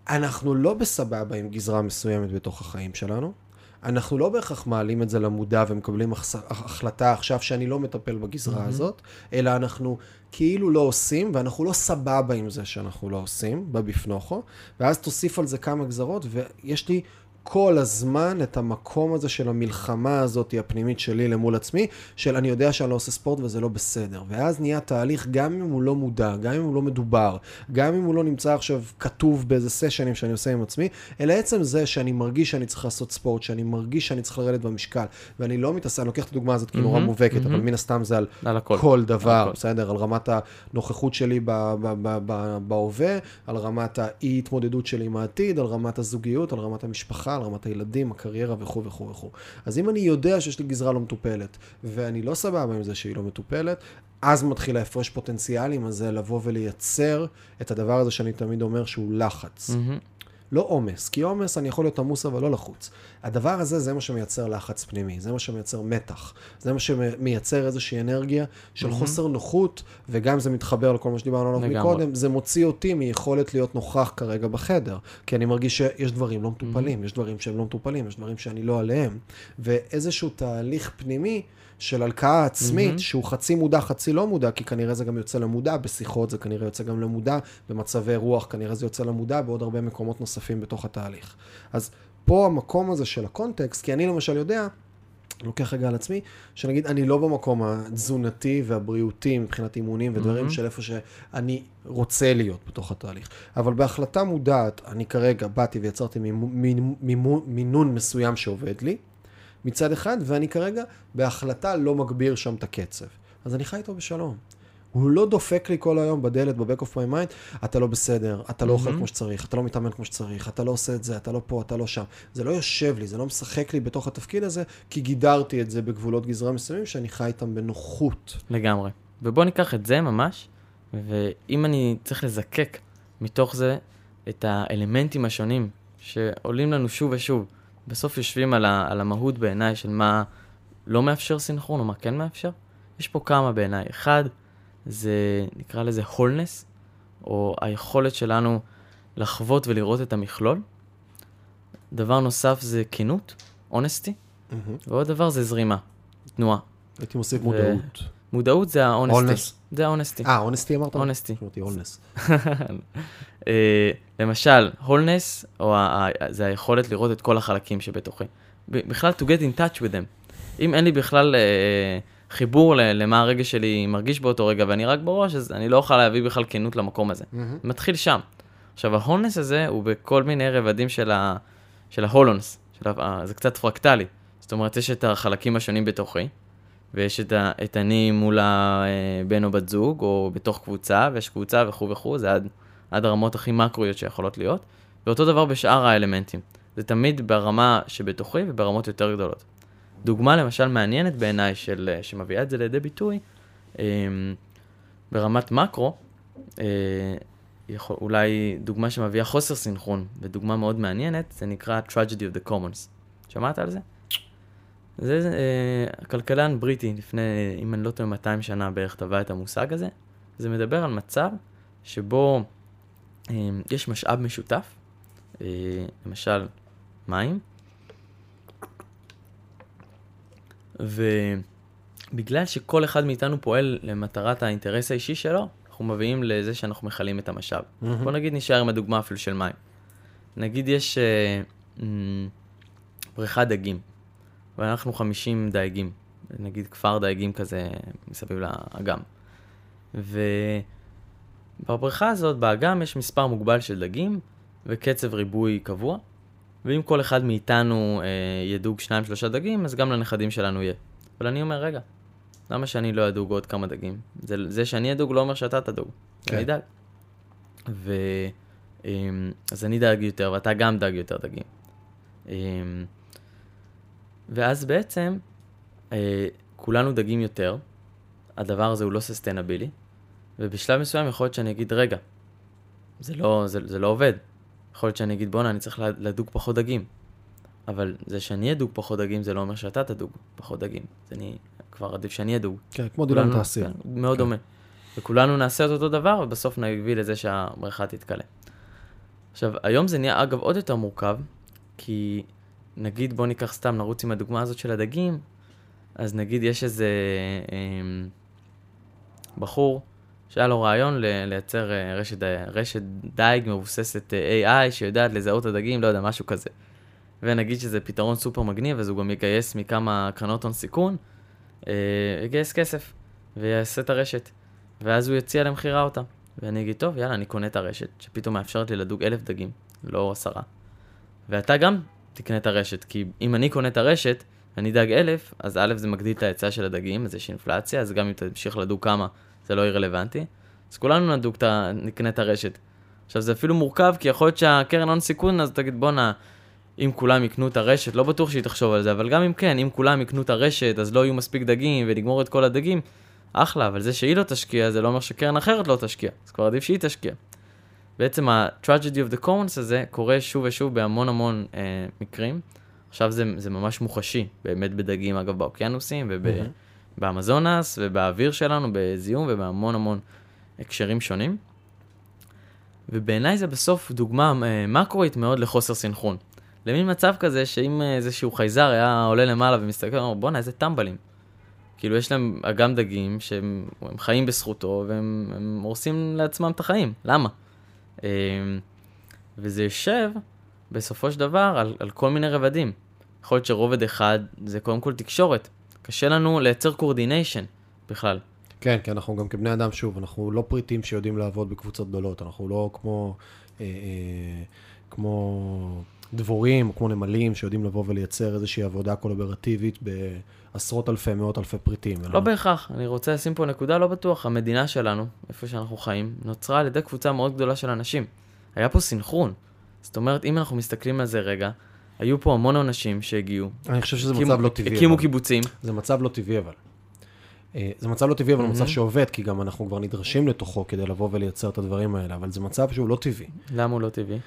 אנחנו לא בסבבה עם גזרה מסוימת בתוך החיים שלנו, אנחנו לא בהכרח מעלים את זה למודע ומקבלים החלטה עכשיו שאני לא מטפל בגזרה mm-hmm. הזאת, אלא אנחנו כאילו לא עושים, ואנחנו לא סבבה עם זה שאנחנו לא עושים, בבפנוכו, ואז תוסיף על זה כמה גזרות, ויש לי כל הזמן את המקום הזה של המלחמה הזאת הפנימית שלי למול עצמי, של אני יודע שאני לא עושה ספורט וזה לא בסדר. ואז נהיה תהליך, גם אם הוא לא מודע, גם אם הוא לא מדובר, גם אם הוא לא נמצא עכשיו כתוב באיזה סשנים שאני עושה עם עצמי, אלא עצם זה שאני מרגיש שאני צריך לעשות ספורט, שאני מרגיש שאני צריך לרדת במשקל, ואני לא מתעשה, אני לוקח את הדוגמה הזאת כי נורא מובהקת, אבל מן הסתם זה על כל דבר, בסדר? על רמת הנוכחות שלי בהווה, על רמת האי-התמודדות שלי עם העתיד, על רמת הזוגיות, על רמת המשפחה, על רמת הילדים, הקריירה וכו' וכו' וכו'. אז אם אני יודע שיש לי גזרה לא מטופלת, ואני לא סבבה עם זה שהיא לא מטופלת, אז מתחיל להפרש פוטנציאלים הזה לבוא ולייצר את הדבר הזה שאני תמיד אומר שהוא לחץ. Mm-hmm. לא עומס, כי עומס אני יכול להיות עמוס אבל לא לחוץ. הדבר הזה זה מה שמייצר לחץ פנימי, זה מה שמייצר מתח, זה מה שמייצר איזושהי אנרגיה של mm-hmm. חוסר נוחות, וגם זה מתחבר לכל מה שדיברנו עליו מקודם, זה מוציא אותי מיכולת להיות נוכח כרגע בחדר, כי אני מרגיש שיש דברים לא מטופלים, mm-hmm. יש דברים שהם לא מטופלים, יש דברים שאני לא עליהם, ואיזשהו תהליך פנימי של הלקאה עצמית, mm-hmm. שהוא חצי מודע, חצי לא מודע, כי כנראה זה גם יוצא למודע, בשיחות זה כנראה יוצא גם למודע, במצבי רוח כנראה זה יוצא למודע, בעוד הרבה מקומות נוספים בתוך התהליך. אז פה המקום הזה של הקונטקסט, כי אני למשל יודע, לוקח רגע על עצמי, שנגיד אני לא במקום התזונתי והבריאותי מבחינת אימונים ודברים mm-hmm. של איפה שאני רוצה להיות בתוך התהליך. אבל בהחלטה מודעת, אני כרגע באתי ויצרתי מינון מסוים שעובד לי, מצד אחד, ואני כרגע בהחלטה לא מגביר שם את הקצב. אז אני חי איתו בשלום. הוא לא דופק לי כל היום בדלת, ב-back of my mind, אתה לא בסדר, אתה לא אוכל כמו שצריך, אתה לא מתאמן כמו שצריך, אתה לא עושה את זה, אתה לא פה, אתה לא שם. זה לא יושב לי, זה לא משחק לי בתוך התפקיד הזה, כי גידרתי את זה בגבולות גזרה מסוימים, שאני חי איתם בנוחות. לגמרי. ובוא ניקח את זה ממש, ואם אני צריך לזקק מתוך זה את האלמנטים השונים שעולים לנו שוב ושוב, בסוף יושבים על, ה, על המהות בעיניי של מה לא מאפשר סינכרון או מה כן מאפשר. יש פה כמה בעיניי. אחד, זה נקרא לזה wholeness, או היכולת שלנו לחוות ולראות את המכלול. דבר נוסף זה כנות, honesty, mm-hmm. ועוד דבר זה זרימה, תנועה. הייתי מוסיף ו... מודעות. מודעות זה ה-honesty. זה ה-honesty. אה, honesty אמרת? honesty. שמעתי wholeness. למשל, wholeness, או זה היכולת לראות את כל החלקים שבתוכי. בכלל, to get in touch with them. אם אין לי בכלל חיבור למה הרגע שלי מרגיש באותו רגע, ואני רק בראש, אז אני לא אוכל להביא בכלל כנות למקום הזה. מתחיל שם. עכשיו, ה-wholeness הזה הוא בכל מיני רבדים של ה-holons. זה קצת פרקטלי. זאת אומרת, יש את החלקים השונים בתוכי, ויש את, ה, את אני מול הבן או בת זוג, או בתוך קבוצה, ויש קבוצה וכו' וכו', זה עד, עד הרמות הכי מקרויות שיכולות להיות, ואותו דבר בשאר האלמנטים. זה תמיד ברמה שבתוכי וברמות יותר גדולות. דוגמה למשל מעניינת בעיניי, של, שמביאה את זה לידי ביטוי, ברמת מקרו, יכול, אולי דוגמה שמביאה חוסר סינכרון, ודוגמה מאוד מעניינת, זה נקרא Tragedy of the Commons. שמעת על זה? זה, זה uh, הכלכלן בריטי, לפני, אם אני לא טועה, מאתיים שנה בערך טבע את המושג הזה. זה מדבר על מצב שבו uh, יש משאב משותף, uh, למשל מים, ובגלל שכל אחד מאיתנו פועל למטרת האינטרס האישי שלו, אנחנו מביאים לזה שאנחנו מחלים את המשאב. Mm-hmm. בוא נגיד נשאר עם הדוגמה אפילו של מים. נגיד יש uh, um, בריכת דגים. ואנחנו חמישים דייגים, נגיד כפר דייגים כזה מסביב לאגם. ובבריכה הזאת, באגם, יש מספר מוגבל של דגים, וקצב ריבוי קבוע, ואם כל אחד מאיתנו אה, ידוג שניים שלושה דגים, אז גם לנכדים שלנו יהיה. אבל אני אומר, רגע, למה שאני לא אדוג עוד כמה דגים? זה, זה שאני אדוג לא אומר שאתה תדוג, okay. אני דג. ו, אה, אז אני דג יותר, ואתה גם דג יותר דגים. אה, ואז בעצם, אה, כולנו דגים יותר, הדבר הזה הוא לא ססטיינבילי, ובשלב מסוים יכול להיות שאני אגיד, רגע, זה לא, זה, זה לא עובד. יכול להיות שאני אגיד, בונה, אני צריך לדוג פחות דגים. אבל זה שאני אדוג פחות דגים, זה לא אומר שאתה תדוג פחות דגים. זה אני כבר עדיף שאני אדוג. כן, כמו דילן תעשי. כן, מאוד כן. דומה. וכולנו נעשה את אותו דבר, ובסוף נביא לזה שהבריכה תתקלה. עכשיו, היום זה נהיה אגב עוד יותר מורכב, כי נגיד בוא ניקח סתם, נרוץ עם הדוגמה הזאת של הדגים, אז נגיד יש איזה אה, בחור שהיה לו רעיון ל- לייצר אה, רשת, רשת דייג מבוססת אה, איי איי שיודעת לזהות הדגים, לא יודע, משהו כזה. ונגיד שזה פתרון סופר מגניב, אז הוא גם יגייס מכמה קרנות הון סיכון, אה, יגייס כסף ויעשה את הרשת, ואז הוא יציע למחירה אותה. ואני אגיד, טוב, יאללה, אני קונה את הרשת, שפתאום מאפשרת לי לדוג אלף דגים, לא עשרה. ואתה גם תקנה את הרשת, כי אם אני קונה את הרשת, ואני דג אלף, אז א' זה מגדיל את ההיצע של הדגים, אז יש אינפלציה, אז גם אם תמשיך לדוג כמה, זה לא יהיה רלוונטי. אז כולנו נדוג, נקנה את הרשת. עכשיו, זה אפילו מורכב, כי יכול להיות שהקרן הון סיכון, אז תגיד, בוא נע, אם כולם יקנו את הרשת, לא בטוח שהיא תחשוב על זה, אבל גם אם כן, אם כולם יקנו את הרשת, אז לא יהיו מספיק דגים, ונגמור את כל הדגים, אחלה, אבל זה שהיא לא תשקיע, זה לא אומר שקרן אחרת לא תשקיע. אז כבר עדיף שהיא תשקיע. בעצם ה-tragedy of the commons הזה קורה שוב ושוב בהמון המון אה, מקרים. עכשיו זה, זה ממש מוחשי, באמת בדגים, אגב, באוקיינוסים, ובאמזונס, ובאוויר שלנו, בזיהום, ובהמון המון הקשרים שונים. ובעיניי זה בסוף דוגמה אה, מקרואית מאוד לחוסר סינכרון. למין מצב כזה שאם איזשהו חייזר היה עולה למעלה ומסתכל, אומר, בוא'נה, איזה טמבלים. כאילו יש להם אגם דגים שהם חיים בזכותו, והם הם הורסים לעצמם את החיים. למה? וזה יושב בסופו של דבר על, על כל מיני רבדים. יכול להיות שרובד אחד זה קודם כל תקשורת. קשה לנו לייצר קורדיניישן בכלל. כן, כי אנחנו גם כבני אדם, שוב, אנחנו לא פריטים שיודעים לעבוד בקבוצות גדולות, אנחנו לא כמו, אה, אה, כמו דבורים, כמו נמלים, שיודעים לבוא ולייצר איזושהי עבודה קולברטיבית בעשרות אלפי, מאות אלפי פריטים. לא בהכרח, אני רוצה לשים פה נקודה, לא בטוח. המדינה שלנו, איפה שאנחנו חיים, נוצרה על ידי קבוצה מאוד גדולה של אנשים. היה פה סינכרון. זאת אומרת, אם אנחנו מסתכלים על זה רגע, היו פה המון אנשים שהגיעו. אני חושב שזה מצב לא טבעי. הקימו קיבוצים. זה מצב לא טבעי, אבל. זה מצב לא טבעי, אבל מצב שעובד, כי גם אנחנו כבר נדרשים לתוכו כדי לבוא ולייצר את הדברים האלה, אבל זה מצב שהוא לא טבעי. למה הוא לא טבעי?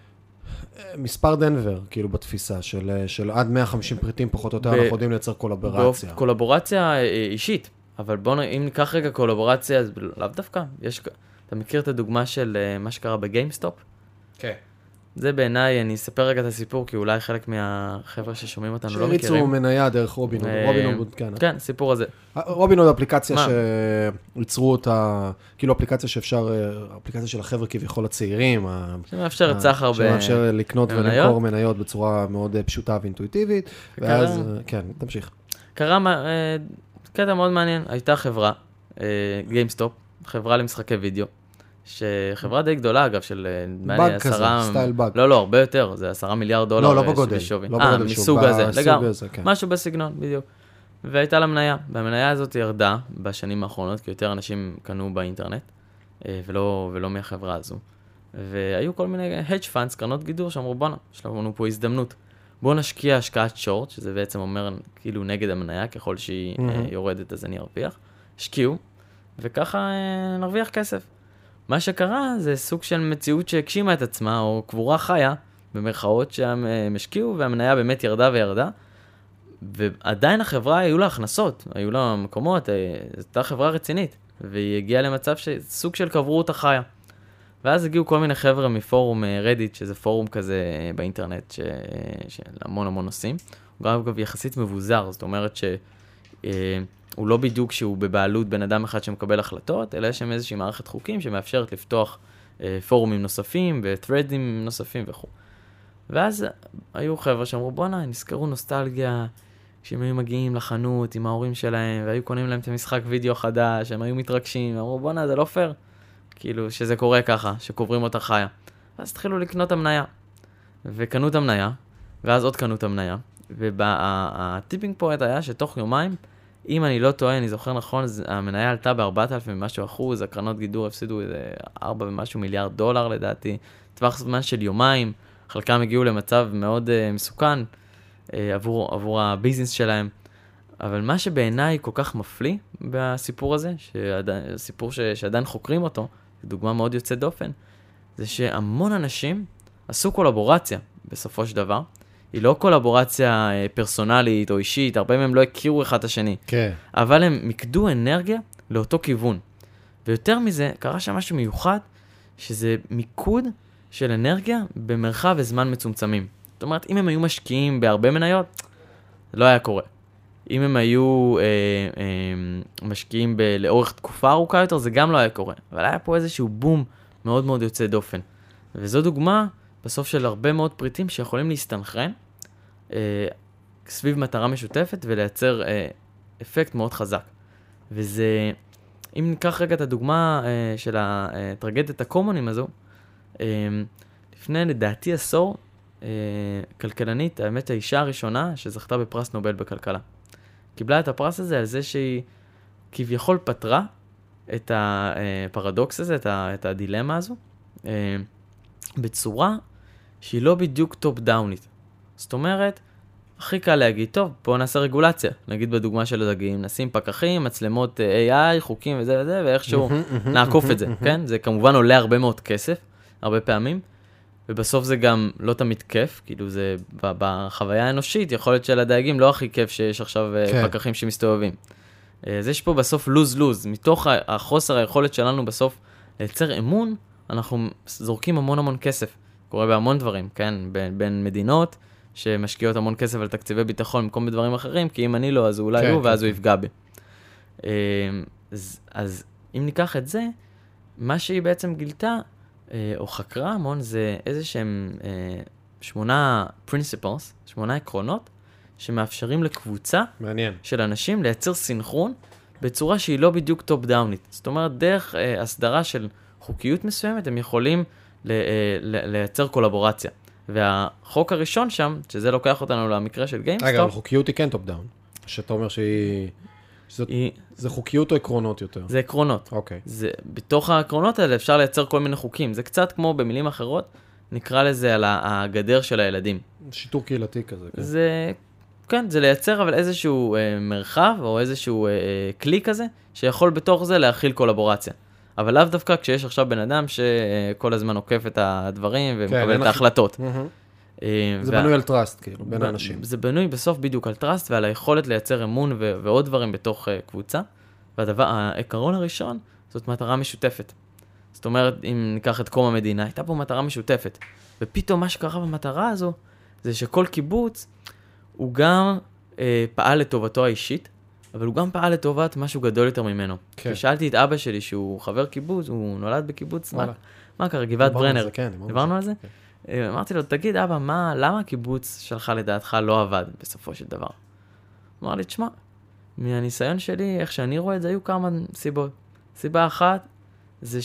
מספר דנבר, כאילו בתפיסה, של, של עד מאה וחמישים פריטים, פחות או יותר, אנחנו יודעים לייצר קולברציה. קולברציה אישית, אבל בואו, אם ניקח רגע קולברציה, אז לאו דווקא. יש, אתה מכיר את הדוגמה של מה שקרה בגיימסטופ? כן. זה בעיניי, אני אספר רגע את הסיפור, כי אולי חלק מהחבר'ה ששומעים אותנו לא מכירים. שהריצו מניה דרך רובין הוד. רובין הוד, כן. כן, סיפור הזה. רובין הוד אפליקציה שיצרו אותה, כאילו אפליקציה שאפשר, אפליקציה של החבר'ה כביכול הצעירים. שמאפשרת סחר במניות. שמאפשר לקנות ולמכור מניות בצורה מאוד פשוטה ואינטואיטיבית. ואז, כן, תמשיך. קרה קטע מאוד מעניין. הייתה חברה, גיימסטופ, חברה למשחקי וידאו. שחברה די גדולה, אגב, של... באג כזה, סטייל באג. לא, לא, הרבה יותר, זה עשרה מיליארד דולר. לא, לא בגודל. לא בגודל, מסוג הזה, לגמרי. משהו בסגנון, בדיוק. והייתה לה מניה, והמניה הזאת ירדה בשנים האחרונות, כי יותר אנשים קנו באינטרנט, ולא, ולא מהחברה הזו. והיו כל מיני hedge funds, קרנות גידור, שאמרו, בוא'נה, יש לנו פה הזדמנות. בואו נשקיע השקעת שורט, שזה בעצם אומר כאילו נגד המניה, ככל שהיא יורדת, אז אני ארוויח. השקיעו, וככה נרוויח כסף. מה שקרה זה סוג של מציאות שהגשימה את עצמה, או קבורה חיה, במרכאות שהם השקיעו, והמניה באמת ירדה וירדה, ועדיין החברה היו לה הכנסות, היו לה מקומות, הייתה חברה רצינית, והיא הגיעה למצב שסוג של קברו אותה חיה. ואז הגיעו כל מיני חבר'ה מפורום רדיט, שזה פורום כזה באינטרנט, ש... של המון המון נושאים. הוא גם אגב יחסית מבוזר, זאת אומרת שהוא לא בדיוק שהוא בבעלות בן אדם אחד שמקבל החלטות, אלא יש שם איזושהי מערכת חוקים שמאפשרת לפתוח פורומים נוספים וטרדים נוספים וכו'. ואז היו חבר'ה שאמרו, בוא'נה, נזכרו נוסטלגיה, כשהם היו מגיעים לחנות עם ההורים שלהם, והיו קונים להם את המשחק וידאו החדש, הם היו מתרגשים, אמרו, בוא'נה, זה לא פייר. כאילו, שזה קורה ככה, שקוברים אותה חיה. ואז התחילו לקנות המניה. וקנו את המניה, ואז עוד קנו את המניה. והטיפינג פוינט היה שתוך יומיים, אם אני לא טועה, אני זוכר נכון, המניה עלתה ב-ארבעת אלפים ומשהו אחוז, הקרנות גידור הפסידו איזה ארבע ומשהו מיליארד דולר לדעתי, טווח זמן של יומיים, חלקם הגיעו למצב מאוד uh, מסוכן uh, עבור, עבור הביזנס שלהם. אבל מה שבעיניי כל כך מפליא בסיפור הזה, שעדיין, סיפור ש, שעדיין חוקרים אותו, דוגמה מאוד יוצאת דופן, זה שהמון אנשים עשו קולבורציה בסופו של דבר. היא לא קולבורציה פרסונלית או אישית, הרבה מהם לא הכירו אחד את השני. כן. אבל הם מקדו אנרגיה לאותו כיוון. ויותר מזה, קרה שם משהו מיוחד, שזה מיקוד של אנרגיה במרחב וזמן מצומצמים. זאת אומרת, אם הם היו משקיעים בהרבה מניות, זה לא היה קורה. אם הם היו אה, אה, משקיעים ב- לאורך תקופה ארוכה יותר, זה גם לא היה קורה. אבל היה פה איזשהו בום מאוד מאוד יוצא דופן. וזו דוגמה בסוף של הרבה מאוד פריטים שיכולים להסתנכרן אה, סביב מטרה משותפת ולייצר אה, אפקט מאוד חזק. וזה, אם ניקח רגע את הדוגמה אה, של הטרגדיית הקומונים הזו, אה, לפני לדעתי עשור, אה, כלכלנית, האמת האישה הראשונה שזכתה בפרס נובל בכלכלה. קיבלה את הפרס הזה על זה שהיא כביכול פתרה את הפרדוקס הזה, את, ה, את הדילמה הזו, אה, בצורה שהיא לא בדיוק טופ דאונית. זאת אומרת, הכי קל להגיד, טוב, בואו נעשה רגולציה. נגיד בדוגמה של הדגים, נשים פקחים, מצלמות איי איי, חוקים וזה וזה, ואיכשהו נעקוף את זה, כן? זה כמובן עולה הרבה מאוד כסף, הרבה פעמים, ובסוף זה גם לא תמיד כיף, כאילו זה בחוויה האנושית, יכול להיות שלדייגים לא הכי כיף שיש עכשיו פקחים שמסתובבים. אז יש פה בסוף לוז-לוז, מתוך החוסר היכולת שלנו בסוף לייצר אמון, אנחנו זורקים המון המון כסף. קורה בהמון דברים, כן? בין, בין מדינות שמשקיעות המון כסף על תקציבי ביטחון במקום בדברים אחרים, כי אם אני לא, אז אולי הוא, ואז הוא יפגע בי. אז, אז אם ניקח את זה, מה שהיא בעצם גילתה, או חקרה המון, זה איזה שהם שמונה principles, שמונה עקרונות, שמאפשרים לקבוצה מעניין. של אנשים לייצר סינכרון, בצורה שהיא לא בדיוק טופ דאונית. זאת אומרת, דרך אה, הסדרה של חוקיות מסוימת, הם יכולים ל, אה, ל, לייצר קולבורציה. והחוק הראשון שם, שזה לוקח אותנו למקרה של גיימסטופ. רגע, אבל חוקיות היא כן טופ דאון. שאתה אומר שהיא... שזאת, היא... זה חוקיות או עקרונות יותר? זה עקרונות. אוקיי. זה, בתוך העקרונות האלה אפשר לייצר כל מיני חוקים. זה קצת כמו במילים אחרות, נקרא לזה על הגדר של הילדים. שיטור קהילתי כזה. כן. זה... כן, זה לייצר אבל איזשהו אה, מרחב או איזשהו אה, כלי כזה, שיכול בתוך זה להכיל קולבורציה. אבל לאו דווקא כשיש עכשיו בן אדם שכל הזמן עוקף את הדברים ומקבל כן, את ההחלטות. Mm-hmm. אה, זה וה... בנוי על טראסט, כאילו, בין האנשים. זה בנוי בסוף בדיוק על טראסט ועל היכולת לייצר אמון ו- ועוד דברים בתוך uh, קבוצה. והדבר, העיקרון הראשון, זאת מטרה משותפת. זאת אומרת, אם ניקח את קום המדינה, הייתה פה מטרה משותפת. ופתאום מה שקרה במטרה הזו, זה שכל קיבוץ, הוא גם אה, פעל לטובתו האישית, אבל הוא גם פעל לטובת משהו גדול יותר ממנו. כן. כששאלתי את אבא שלי, שהוא חבר קיבוץ, הוא נולד בקיבוץ, מה, מה קרה, גבעת ברנר. כן, דיברנו על זה? כן. אמרתי לו, תגיד אבא, מה, למה הקיבוץ שלך לדעתך לא עבד בסופו של דבר? הוא אמר לי, תשמע, מהניסיון שלי, איך שאני רואה את זה, היו כמה סיבות. סיבה אחת, זה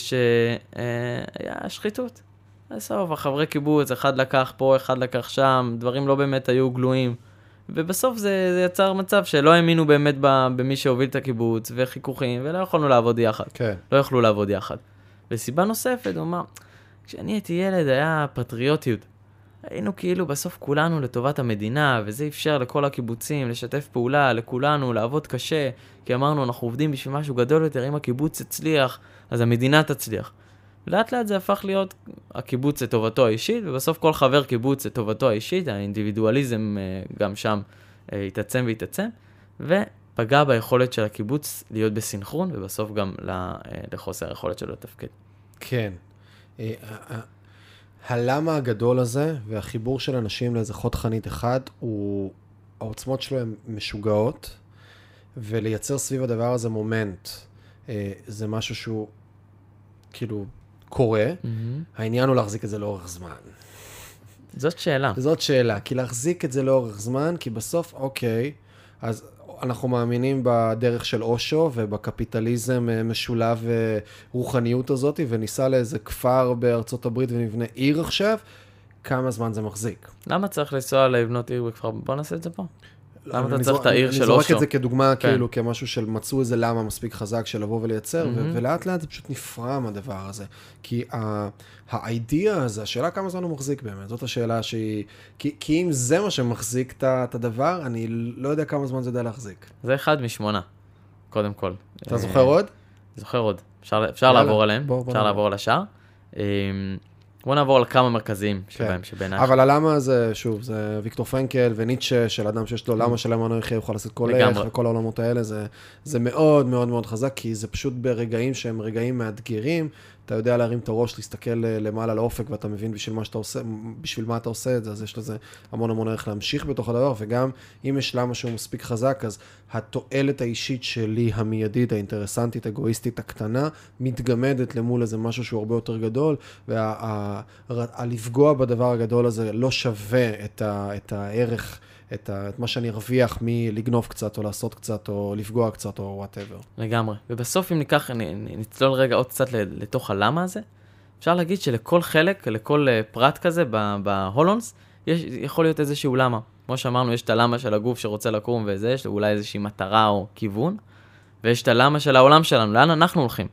שהיה שחיתות. בסוף, החברי קיבוץ, אחד לקח פה, אחד לקח שם, דברים לא באמת היו גלויים. ובסוף זה, זה יצר מצב שלא האמינו באמת במי שהוביל את הקיבוץ, וחיכוכים, ולא יכולנו לעבוד יחד. כן. לא יכלו לעבוד יחד. וסיבה נוספת, הוא אמר, כשאני הייתי ילד היה פטריוטיות. היינו כאילו בסוף כולנו לטובת המדינה, וזה אפשר לכל הקיבוצים לשתף פעולה, לכולנו, לעבוד קשה, כי אמרנו, אנחנו עובדים בשביל משהו גדול יותר, אם הקיבוץ הצליח, אז המדינה תצליח. לאט לאט זה הפך להיות הקיבוץ לטובתו האישית, ובסוף כל חבר קיבוץ לטובתו האישית, האינדיבידואליזם גם שם התעצם והתעצם, ופגע ביכולת של הקיבוץ להיות בסינכרון, ובסוף גם לחוסר היכולת שלו לתפקד. כן. הלמה הגדול הזה, והחיבור של אנשים לאיזה חוד חנית אחד, הוא, העוצמות שלו הן משוגעות, ולייצר סביב הדבר הזה מומנט, זה משהו שהוא כאילו קורה, mm-hmm. העניין הוא להחזיק את זה לאורך זמן. זאת שאלה. זאת שאלה, כי להחזיק את זה לאורך זמן, כי בסוף, אוקיי, אז אנחנו מאמינים בדרך של אושו, ובקפיטליזם משולב רוחניות הזאת, וניסה לאיזה כפר בארצות הברית ונבנה עיר עכשיו, כמה זמן זה מחזיק. למה צריך לנסוע לבנות עיר בכפר? בוא נעשה את זה פה. למה אתה צריך את העיר של אושו? אני זורק את זה כדוגמה, כאילו, כמשהו של מצאו איזה למה מספיק חזק של לבוא ולייצר, ולאט לאט זה פשוט נפרם הדבר הזה. כי האידאה הזה, השאלה כמה זמן הוא מחזיק באמת, זאת השאלה שהיא, כי אם זה מה שמחזיק את הדבר, אני לא יודע כמה זמן זה יודע להחזיק. זה אחד משמונה, קודם כל. אתה זוכר עוד? זוכר עוד. אפשר לעבור עליהם, אפשר לעבור על השאר. בואו נעבור על כמה מרכזיים שבהם, שבעיניי. אבל הלמה זה, שוב, זה ויקטור פרנקל וניטשה, של אדם שיש לו למה שלם אנוכי יוכל לעשות כל איך, וכל העולמות האלה, זה, זה מאוד מאוד מאוד חזק, כי זה פשוט ברגעים שהם רגעים מאתגרים, אתה יודע להרים את הראש, להסתכל למעלה לאופק, ואתה מבין בשביל מה שאתה עושה, בשביל מה אתה עושה את זה, אז יש לזה המון המון ערך להמשיך בתוך הדבר, וגם אם יש למה שהוא מספיק חזק, אז התועלת האישית שלי, המיידית, האינטרסנטית, אגואיסטית, הקטנה, מתגמדת למול איזה משהו שהוא הרבה יותר גדול, והלפגוע בדבר הגדול הזה לא שווה את, ה, את הערך, את, ה, את מה שאני ארוויח מלגנוב קצת, או לעשות קצת, או לפגוע קצת, או whatever. לגמרי. ובסוף אם ניקח, נצלול רגע עוד קצת לתוך הלמה הזה, אפשר להגיד שלכל חלק, לכל פרט כזה בהולונס, יש, יכול להיות איזשהו למה. כמו שאמרנו, יש את הלמה של הגוף שרוצה לקום וזה, יש אולי איזושהי מטרה או כיוון, ויש את הלמה של העולם שלנו, לאן אנחנו הולכים.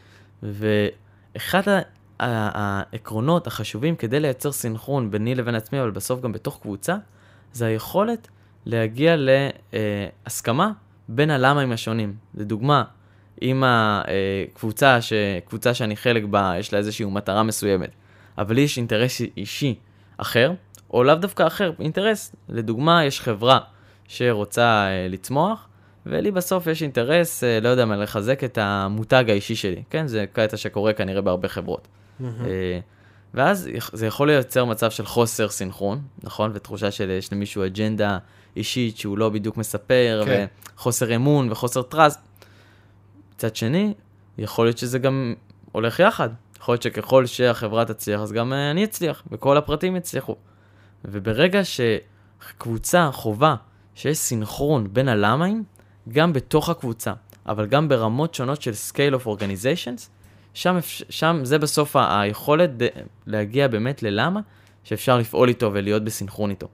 ואחד העקרונות החשובים כדי לייצר סינכרון ביני לבין עצמי, אבל בסוף גם בתוך קבוצה, זה היכולת להגיע להסכמה בין הלמאים השונים. לדוגמה, אם הקבוצה, קבוצה שאני חלק בה, יש לה איזושהי מטרה מסוימת, אבל יש אינטרס אישי אחר, או לאו דווקא אחר, אינטרס. לדוגמה, יש חברה שרוצה לצמוח, ולי בסוף יש אינטרס, לא יודע מה, לחזק את המותג האישי שלי. כן, זה קטע שקורה כנראה בהרבה חברות. ואז זה יכול לייצר מצב של חוסר סינכרון, נכון? ותחושה של יש למישהו אג'נדה אישית שהוא לא בדיוק מספר, okay. וחוסר אמון וחוסר טרסט. מצד שני, יכול להיות שזה גם הולך יחד. יכול להיות שככל שהחברה תצליח, אז גם אני אצליח, וכל הפרטים יצליחו. וברגע שקבוצה חובה שיש סינכרון בין הלמאים, גם בתוך הקבוצה, אבל גם ברמות שונות של scale of organizations, שם, שם זה בסוף היכולת להגיע באמת ללמה שאפשר לפעול איתו ולהיות בסינכרון איתו.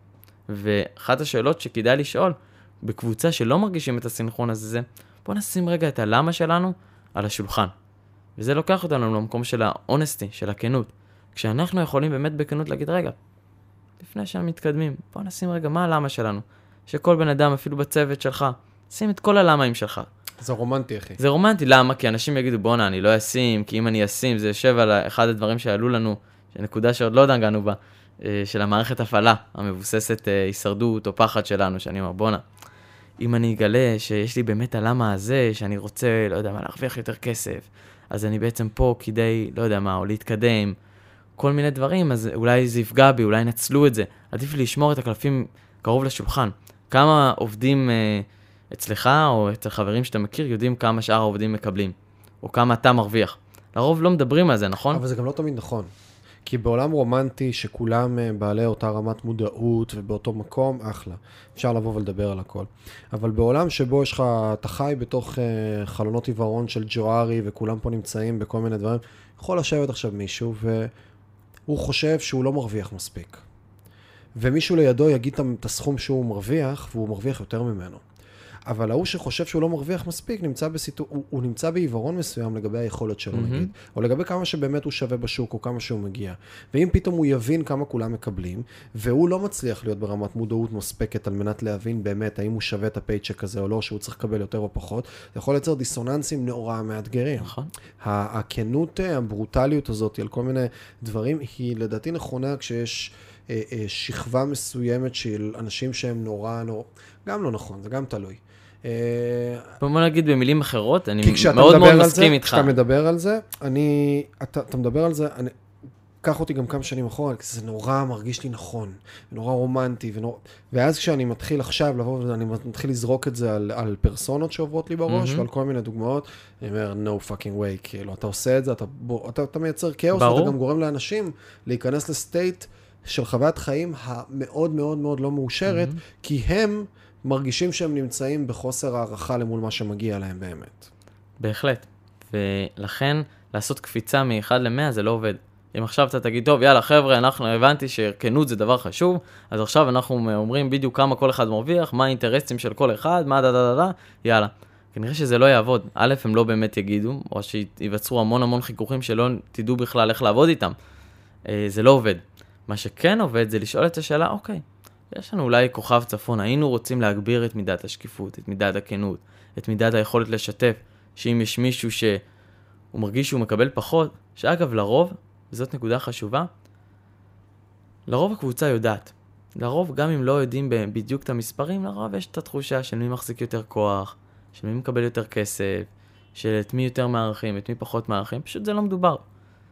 ואחת השאלות שכדאי לשאול בקבוצה שלא מרגישים את הסינכרון הזה, זה בוא נשים רגע את הלמה שלנו על השולחן. וזה לוקח אותנו למקום של האונסטי, של הכנות. כשאנחנו יכולים באמת בכנות להגיד, רגע, לפני שהם מתקדמים, בוא נשים רגע מה הלמה שלנו. שכל בן אדם, אפילו בצוות שלך, שים את כל הלמאים שלך. זה רומנטי, אחי. זה רומנטי, למה? כי אנשים יגידו, בונה, אני לא אשים, כי אם אני אשים, זה יושב על אחד הדברים שעלו לנו, שנקודה שעוד לא דנגענו בה, של המערכת הפעלה, המבוססת הישרדות או פחד שלנו, שאני אומר, בונה, אם אני אגלה שיש לי באמת הלמה הזה, שאני רוצה, לא יודע מה, להרוויח יותר כסף, אז אני בעצם פה כדי, לא יודע מה, או להתקדם, כל מיני דברים, אז אולי זה יפגע בי, אולי נצלו את זה. עדיף לי לשמור את הקלפים קרוב לשולחן. כמה עובדים אה, אצלך או אצל חברים שאתה מכיר יודעים כמה שאר העובדים מקבלים, או כמה אתה מרוויח. לרוב לא מדברים על זה, נכון? אבל זה גם לא תמיד נכון. כי בעולם רומנטי שכולם בעלי אותה רמת מודעות ובאותו מקום, אחלה. אפשר לבוא ולדבר על הכל. אבל בעולם שבו יש לך, אתה חי בתוך uh, חלונות עיוורון של ג'וארי וכולם פה נמצאים בכל מיני דברים, יכול לשבת עכשיו מישהו והוא חושב שהוא לא מרוויח מספיק. ומישהו לידו יגיד את הסכום שהוא מרוויח והוא מרוויח יותר ממנו. אבל ההוא שחושב שהוא לא מרוויח מספיק, נמצא בסיטו... הוא, הוא נמצא בעיוורון מסוים לגבי היכולת שלו, mm-hmm. נגיד, או לגבי כמה שבאמת הוא שווה בשוק, או כמה שהוא מגיע. ואם פתאום הוא יבין כמה כולם מקבלים, והוא לא מצליח להיות ברמת מודעות מספקת על מנת להבין באמת האם הוא שווה את הפייצ'ק הזה או לא, שהוא צריך לקבל יותר או פחות, זה יכול לייצר דיסוננסים נורא מאתגרים. נכון. הכנות, הברוטליות הזאת על כל מיני דברים, היא לדעתי נכונה כשיש אה, אה, שכבה מסוימת של אנשים שהם נורא, נורא, גם לא נכון, זה גם תלוי. בוא נגיד במילים אחרות, אני מאוד מאוד מסכים איתך. כשאתה מדבר על זה, אני, אתה, אתה מדבר על זה, אני, קח אותי גם כמה שנים אחורה, כי זה נורא מרגיש לי נכון, נורא רומנטי, ונורא, ואז כשאני מתחיל עכשיו לבוא, ואני מתחיל לזרוק את זה על, על פרסונות שעוברות לי בראש, mm-hmm. ועל כל מיני דוגמאות, אני אומר, no fucking way, כאילו, אתה עושה את זה, אתה, בוא, אתה, אתה מייצר כאוס, ואתה גם גורם לאנשים להיכנס לסטייט של חוויית חיים המאוד מאוד מאוד לא מאושרת, mm-hmm. כי הם מרגישים שהם נמצאים בחוסר הערכה למול מה שמגיע להם באמת. בהחלט. ולכן לעשות קפיצה מ-אחד ל-מאה זה לא עובד. אם עכשיו אתה תגיד, טוב, יאללה חבר'ה, אנחנו הבנתי שכנות זה דבר חשוב, אז עכשיו אנחנו אומרים בדיוק כמה כל אחד מרוויח, מה האינטרסים של כל אחד, מה דה דה דה דה, יאללה. כנראה שזה לא יעבוד. א', הם לא באמת יגידו, או שיווצרו המון המון חיכוכים שלא תדעו בכלל איך לעבוד איתם. זה לא עובד. מה שכן עובד זה לשאול את השאלה, אוקיי, יש לנו אולי כוכב צפון, היינו רוצים להגביר את מידת השקיפות, את מידת הכנות, את מידת היכולת לשתף, שאם יש מישהו שהוא מרגיש שהוא מקבל פחות, שאגב לרוב, וזאת נקודה חשובה, לרוב הקבוצה יודעת. לרוב גם אם לא יודעים בדיוק את המספרים, לרוב יש את התחושה של מי מחזיק יותר כוח, של מי מקבל יותר כסף, של את מי יותר מערכים, את מי פחות מערכים, פשוט זה לא מדובר.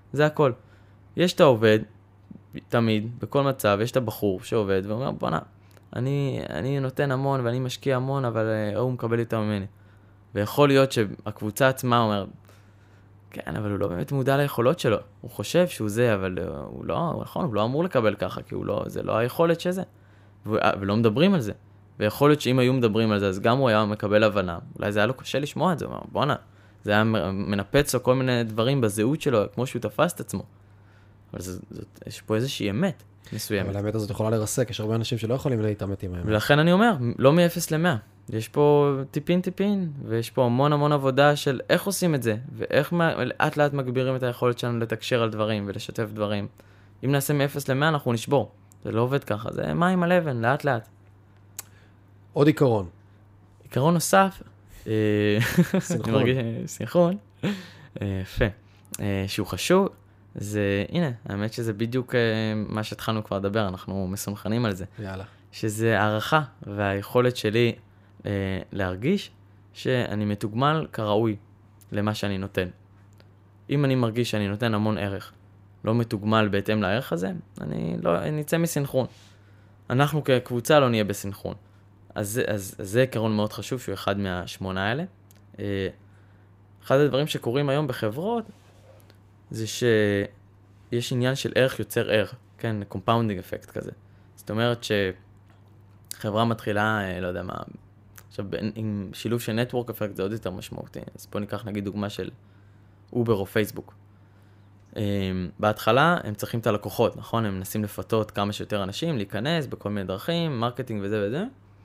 זה הכל. יש את העובד, תמיד, בכל מצב, יש את הבחור שעובד ואומר, בוא'נה, אני, אני נותן המון ואני משקיע המון, אבל uh, הוא מקבל יותר ממני. ויכול להיות שהקבוצה עצמה אומר, כן, אבל הוא לא באמת מודע ליכולות שלו. הוא חושב שהוא זה, אבל uh, הוא לא, נכון, הוא לא אמור לקבל ככה, כי הוא לא, זה לא היכולת שזה. ו- ולא מדברים על זה. ויכול להיות שאם היו מדברים על זה, אז גם הוא היה מקבל הבנה. אולי זה היה לו קשה לשמוע את זה. הוא אומר, בוא'נה, זה היה מנפץ לו כל מיני דברים בזהות שלו, כמו שהוא תפס את עצמו. אבל זה, זה, יש פה איזושהי אמת מסוימת. אבל האמת הזאת יכולה לרסק, יש הרבה אנשים שלא יכולים להתאמת עם האמת. ולכן אני אומר, לא מ-אפס ל-מאה. יש פה טיפין טיפין, ויש פה המון המון עבודה של איך עושים את זה, ואיך לאט לאט מגבירים את היכולת שלנו לתקשר על דברים ולשתף דברים. אם נעשה מ-אפס ל-מאה אנחנו נשבור. זה לא עובד ככה, זה מים על אבן, לאט לאט. עוד עיקרון. עיקרון נוסף, סינכרון. סינכרון, יפה, שהוא חשוב, זה, הנה, האמת שזה בדיוק מה שהתחלנו כבר לדבר, אנחנו מסונכנים על זה. יאללה. שזה הערכה והיכולת שלי אה, להרגיש שאני מתוגמל כראוי למה שאני נותן. אם אני מרגיש שאני נותן המון ערך, לא מתוגמל בהתאם לערך הזה, אני לא, ניצא מסינכרון. אנחנו כקבוצה לא נהיה בסינכרון. אז, אז, אז זה עיקרון מאוד חשוב שהוא אחד מהשמונה האלה. אה, אחד הדברים שקורים היום בחברות, זה שיש עניין של ערך יוצר ערך, כן, compounding effect כזה. זאת אומרת שחברה מתחילה, לא יודע מה, עכשיו עם שילוב של נטוורק אפקט זה עוד יותר משמעותי. אז פה ניקח נגיד דוגמה של אובר או פייסבוק. בהתחלה הם צריכים את הלקוחות, נכון? הם מנסים לפתות כמה שיותר אנשים, להיכנס בכל מיני דרכים, מרקטינג וזה וזה.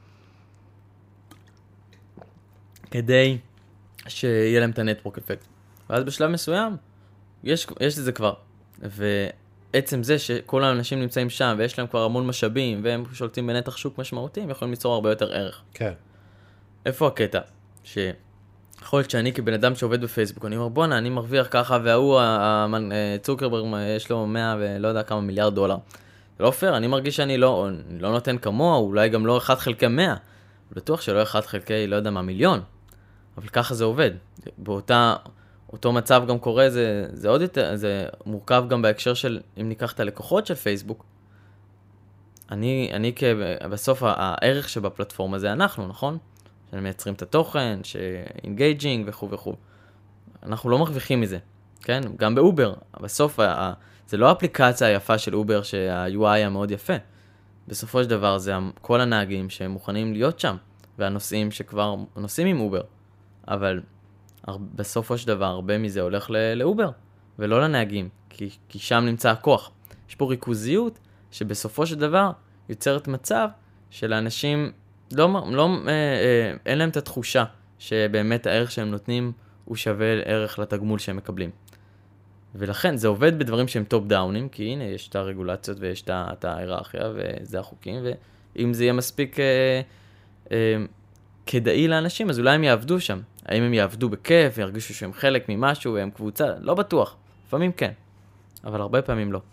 כדי שיהיה להם את הנטוורק אפקט. ואז בשלב מסוים, יש, יש את זה כבר. ועצם זה שכל האנשים נמצאים שם, ויש להם כבר המון משאבים, והם שולטים בנתח שוק משמעותי, הם יכולים ליצור הרבה יותר ערך. כן. איפה הקטע? שיכול להיות שאני כבן אדם שעובד בפייסבוק, אני אומר, בוא'נה, אני מרוויח ככה, והוא, צוקרברג, יש לו מאה ולא יודע כמה מיליארד דולר. זה לא פייר, אני מרגיש שאני לא, לא נותן כמוה, אולי גם לא אחד חלקי מאה. בטוח שלא אחד חלקי, לא יודע מה, מיליון. אבל ככה זה עובד. באותה, אותו מצב גם קורה, זה, זה עוד יותר, זה מורכב גם בהקשר של, אם ניקח את הלקוחות של פייסבוק, אני, אני בסוף הערך שבפלטפורמה זה אנחנו, נכון? שמייצרים את התוכן, שאינגייג'ינג וכו' וכו'. אנחנו לא מרוויחים מזה, כן? גם באובר, בסוף ה, זה לא האפליקציה היפה של אובר שה-יו איי המאוד יפה. בסופו של דבר זה כל הנהגים שהם מוכנים להיות שם, והנוסעים שכבר נוסעים עם אובר. אבל בסופו של דבר הרבה מזה הולך לאובר, ולא לנהגים, כי, כי שם נמצא הכוח. יש פה ריכוזיות שבסופו של דבר יוצרת מצב שלאנשים לא, לא, אה, אה, אין להם את התחושה שבאמת הערך שהם נותנים הוא שווה ערך לתגמול שהם מקבלים. ולכן זה עובד בדברים שהם טופ דאונים, כי הנה יש את הרגולציות ויש את ההיררכיה וזה החוקים, ואם זה יהיה מספיק אה, אה, כדאי לאנשים, אז אולי הם יעבדו שם. האם הם יעבדו בכיף, ירגישו שהם חלק ממשהו והם קבוצה? לא בטוח. לפעמים כן, אבל הרבה פעמים לא.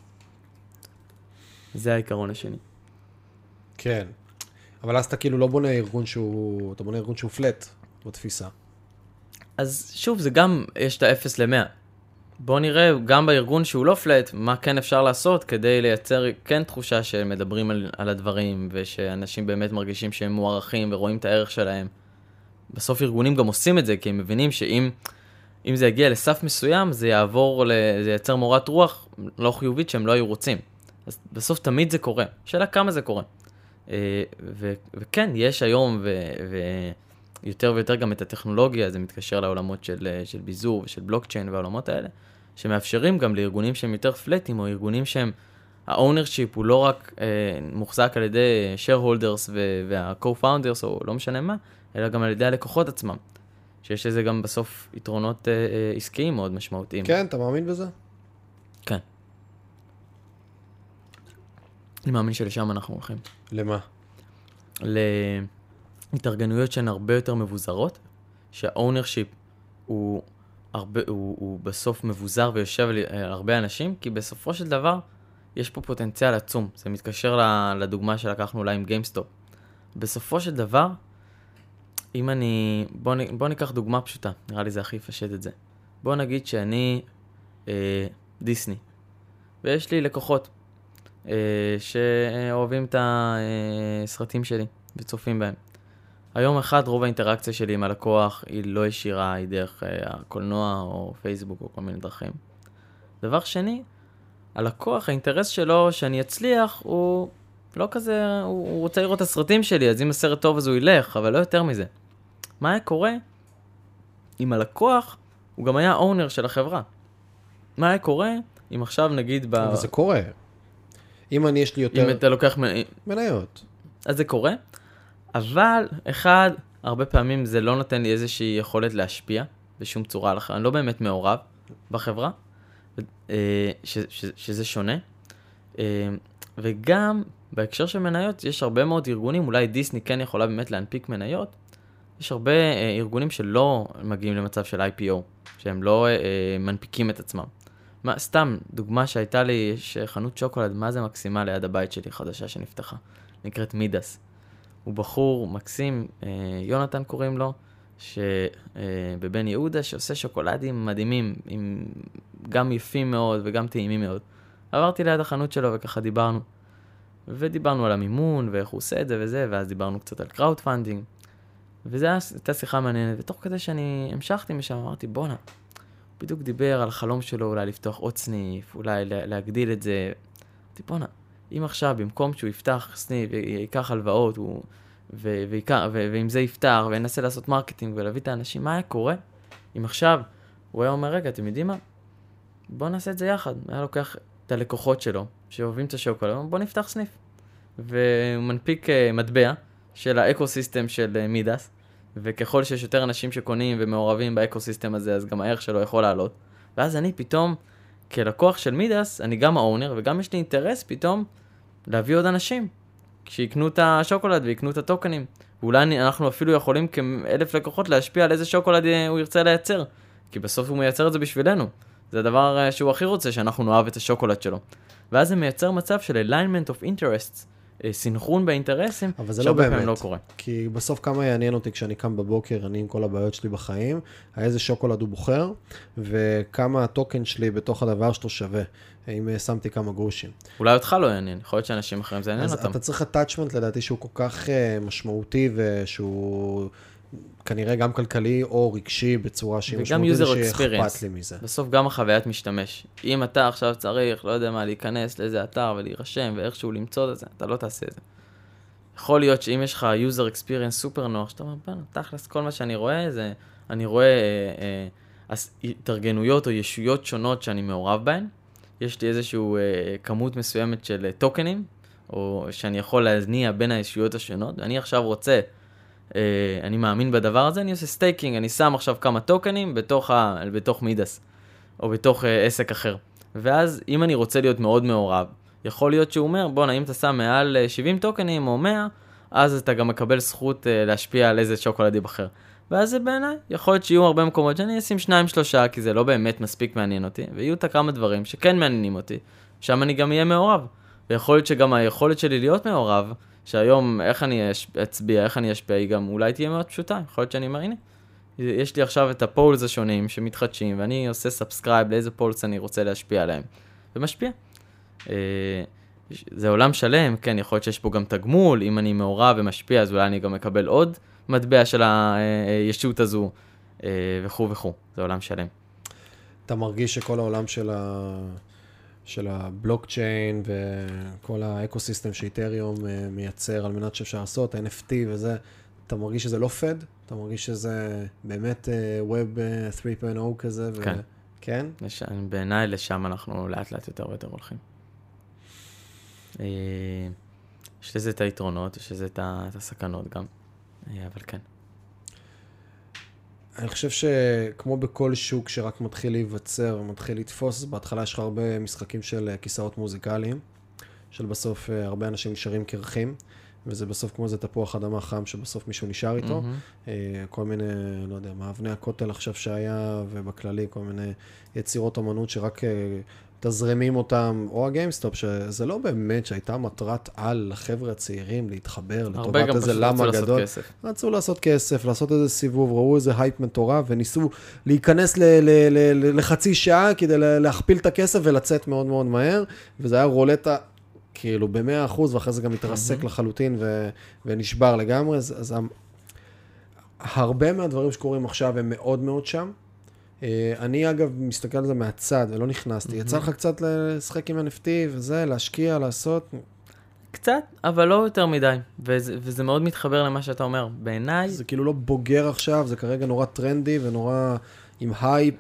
זה העיקרון השני. כן. אבל אז אתה כאילו לא בונה ארגון שהוא, אתה בונה ארגון שהוא פלט בתפיסה. אז שוב, זה גם, יש את ה-אפס ל-מאה. בואו נראה גם בארגון שהוא לא פלט, מה כן אפשר לעשות כדי לייצר כן תחושה שמדברים על, על הדברים, ושאנשים באמת מרגישים שהם מוערכים ורואים את הערך שלהם. בסוף ארגונים גם עושים את זה, כי הם מבינים שאם אם זה יגיע לסף מסוים, זה יעבור, זה ייצר מורת רוח לא חיובית שהם לא היו רוצים. אז בסוף תמיד זה קורה. שאלה כמה זה קורה. ו- וכן, יש היום ו- ויותר ויותר גם את הטכנולוגיה, זה מתקשר לעולמות של, של ביזור ושל בלוקצ'יין והעולמות האלה, שמאפשרים גם לארגונים שהם יותר פלטים, או ארגונים שהם, ה-ownership הוא לא רק אה, מוחזק על ידי shareholders ו- וה-co-founders, או לא משנה מה, אלא גם על ידי הלקוחות עצמם. שיש לזה גם בסוף יתרונות אה, אה, עסקיים מאוד משמעותיים. כן, אתה מאמין בזה? כן. אני מאמין שלשם אנחנו הולכים. למה? להתארגנויות שהן הרבה יותר מבוזרות, שהאונרשיפ הוא, הרבה, הוא, הוא בסוף מבוזר ויושב על הרבה אנשים, כי בסופו של דבר יש פה פוטנציאל עצום. זה מתקשר לדוגמה שלקחנו אולי עם גיימסטופ. בסופו של דבר, אם אני... בוא, בוא ניקח דוגמה פשוטה, נראה לי זה הכי יפשט את זה. בוא נגיד שאני אה, דיסני. ויש לי לקוחות אה, שאוהבים את הסרטים שלי וצופים בהם. היום אחד, רוב האינטראקציה שלי עם הלקוח היא לא ישירה, היא דרך אה, הקולנוע או פייסבוק או כל מיני דרכים. דבר שני, הלקוח, האינטרס שלו שאני אצליח, הוא לא כזה, הוא, הוא רוצה לראות את הסרטים שלי, אז אם הסרט טוב אז הוא ילך, אבל לא יותר מזה. מה היה קורה? אם הלקוח, הוא גם היה אונר של החברה. מה היה קורה? אם עכשיו נגיד ב... אבל זה קורה. אם אני יש לי יותר... אם אתה לוקח... מניות. אז זה קורה. אבל, אחד, הרבה פעמים זה לא נותן לי איזושהי יכולת להשפיע בשום צורה על החברה. אני לא באמת מעורב בחברה, ש, ש, שזה שונה. וגם, בהקשר של מניות, יש הרבה מאוד ארגונים, אולי דיסני כן יכולה באמת להנפיק מניות, יש הרבה ארגונים שלא מגיעים למצב של איי פי או, שהם לא מנפיקים את עצמם. מה, סתם, דוגמה שהייתה לי, יש חנות שוקולד, מה זה מקסימה ליד הבית שלי, חדשה שנפתחה, נקראת מידס. הוא בחור מקסים, יונתן קוראים לו, שבבן יהודה, שעושה שוקולדים מדהימים, עם גם יפים מאוד וגם טעימים מאוד. עברתי ליד החנות שלו וככה דיברנו. ודיברנו על המימון ואיך הוא עושה את זה וזה, ואז דיברנו קצת על קראוד פנדינג. וזו הייתה שיחה מעניינת, ותוך כדי שאני המשכתי משם, אמרתי, בונה, בדיוק דיבר על החלום שלו, אולי לפתוח עוד סניף, אולי להגדיל את זה. אמרתי, בונה, אם עכשיו, במקום שהוא יפתח סניף, ייקח הלוואות, הוא... ו- ויקר, ו- ועם זה יפתח, וינסה לעשות מרקטינג ולהביא את האנשים, מה היה קורה? אם עכשיו, הוא היה אומר, רגע, אתם יודעים מה? בוא נעשה את זה יחד. היה לוקח את הלקוחות שלו, שאוהבים את השוקולד, בוא נפתח סניף. והוא מנפיק uh, מטבע של האקוסיסטם של uh, מידס, וככל שיש יותר אנשים שקונים ומעורבים באקוסיסטם הזה, אז גם הערך שלו יכול לעלות. ואז אני פתאום, כלקוח של מידס, אני גם האונר, וגם יש לי אינטרס פתאום להביא עוד אנשים. שיקנו את השוקולד ויקנו את הטוקנים. ואולי אנחנו אפילו יכולים כאלף לקוחות להשפיע על איזה שוקולד הוא ירצה לייצר. כי בסוף הוא מייצר את זה בשבילנו. זה הדבר שהוא הכי רוצה, שאנחנו נאהב את השוקולד שלו. ואז זה מייצר מצב של alignment of interests, סינכרון באינטרסים, שהרבה פעמים לא קורה. כי בסוף כמה יעניין אותי כשאני קם בבוקר, אני עם כל הבעיות שלי בחיים, איזה שוקולד הוא בוחר, וכמה הטוקן שלי בתוך הדבר שלו שווה, אם שמתי כמה גרושים. אולי אותך לא יעניין, יכול להיות שאנשים אחרים זה יעניין אותם. אז אתה צריך attachment לדעתי שהוא כל כך משמעותי, ושהוא כנראה גם כלכלי או רגשי בצורה שהיא משמעותית, שאכפת לי מזה. בסוף גם החוויית משתמש. אם אתה עכשיו צריך, לא יודע מה, להיכנס לאיזה אתר ולהירשם, ואיכשהו למצוא את זה, אתה לא תעשה את זה. יכול להיות שאם יש לך user experience סופר נוח, שאתה אומר, בוא, תכלס, כל מה שאני רואה, זה, אני רואה אה, אה, התארגנויות או ישויות שונות שאני מעורב בהן. יש לי איזשהו אה, כמות מסוימת של אה, טוקנים, או שאני יכול להזניע בין הישויות השונות. אני עכשיו רוצה, אה, אני מאמין בדבר הזה, אני עושה סטייקינג, אני שם עכשיו כמה טוקנים בתוך, ה, בתוך מידס, או בתוך אה, עסק אחר. ואז אם אני רוצה להיות מאוד מעורב, יכול להיות שהוא אומר, בוא, אם אתה שם מעל שבעים טוקנים או מאה, אז אתה גם מקבל זכות אה, להשפיע על איזה שוקולד ייבחר. ואז זה בעיניי, יכול להיות שיהיו הרבה מקומות שאני אשים שניים שלושה, כי זה לא באמת מספיק מעניין אותי, ויהיו את כמה דברים שכן מעניינים אותי, שם אני גם אהיה מעורב. ויכול להיות שגם היכולת שלי להיות מעורב, שהיום איך אני אצביע, איך אני אשפיע, היא גם אולי תהיה מאוד פשוטה. יכול להיות שאני אומר, הנה, יש לי עכשיו את הפולס השונים שמתחדשים, ואני עושה סאבסקרייב לאיזה פולס אני רוצה להשפיע עליהם, ומשפיע. זה עולם שלם, כן, יכול להיות שיש פה גם תגמול, אם אני מעורב ומשפיע, אז אולי אני גם מקבל עוד מטבע של הישות הזו, וכו' וכו'. זה עולם שלם. אתה מרגיש שכל העולם של ה... של הבלוקצ'יין וכל האקוסיסטם שאיתריום מייצר על מנת שאפשר לעשות, ה-אן אף טי וזה, אתה מרגיש שזה לא פד? אתה מרגיש שזה באמת ווב שלוש נקודה אפס כזה? ו... כן. כן? לש... בעיניי לשם אנחנו לאט לאט יותר ויותר הולכים. יש לזה את היתרונות, יש לזה את הסכנות גם, אבל כן. אני חושב שכמו בכל שוק שרק מתחיל להיווצר, מתחיל לתפוס, בהתחלה יש לך הרבה משחקים של כיסאות מוזיקליים, של בסוף הרבה אנשים נשארים קרחים, וזה בסוף כמו איזה תפוח אדמה חם שבסוף מישהו נשאר איתו. Mm-hmm. כל מיני, לא יודע, מאבני הכותל עכשיו שהיה, ובכללי כל מיני יצירות אמנות שרק תזרמים אותם, או הגיימסטופ, שזה לא באמת שהייתה מטרת על לחבר'ה הצעירים להתחבר לטובת איזה למה גדול. רצו לעשות כסף, לעשות איזה סיבוב, ראו איזה הייפ מטורף, וניסו להיכנס ל- ל- ל- לחצי שעה כדי להכפיל את הכסף ולצאת מאוד מאוד מהר, וזה היה רולטה כאילו ב-מאה אחוז, ואחרי זה גם התרסק לחלוטין ו- ונשבר לגמרי, אז, אז הרבה מהדברים שקורים עכשיו הם מאוד מאוד שם. אני אגב מסתכל על זה מהצד ולא נכנסתי. יצא לך קצת לשחק עם אן אף טי וזה, להשקיע, לעשות? קצת, אבל לא יותר מדי. וזה, וזה מאוד מתחבר למה שאתה אומר. בעיניי... זה כאילו לא בוגר עכשיו, זה כרגע נורא טרנדי ונורא עם הייפ,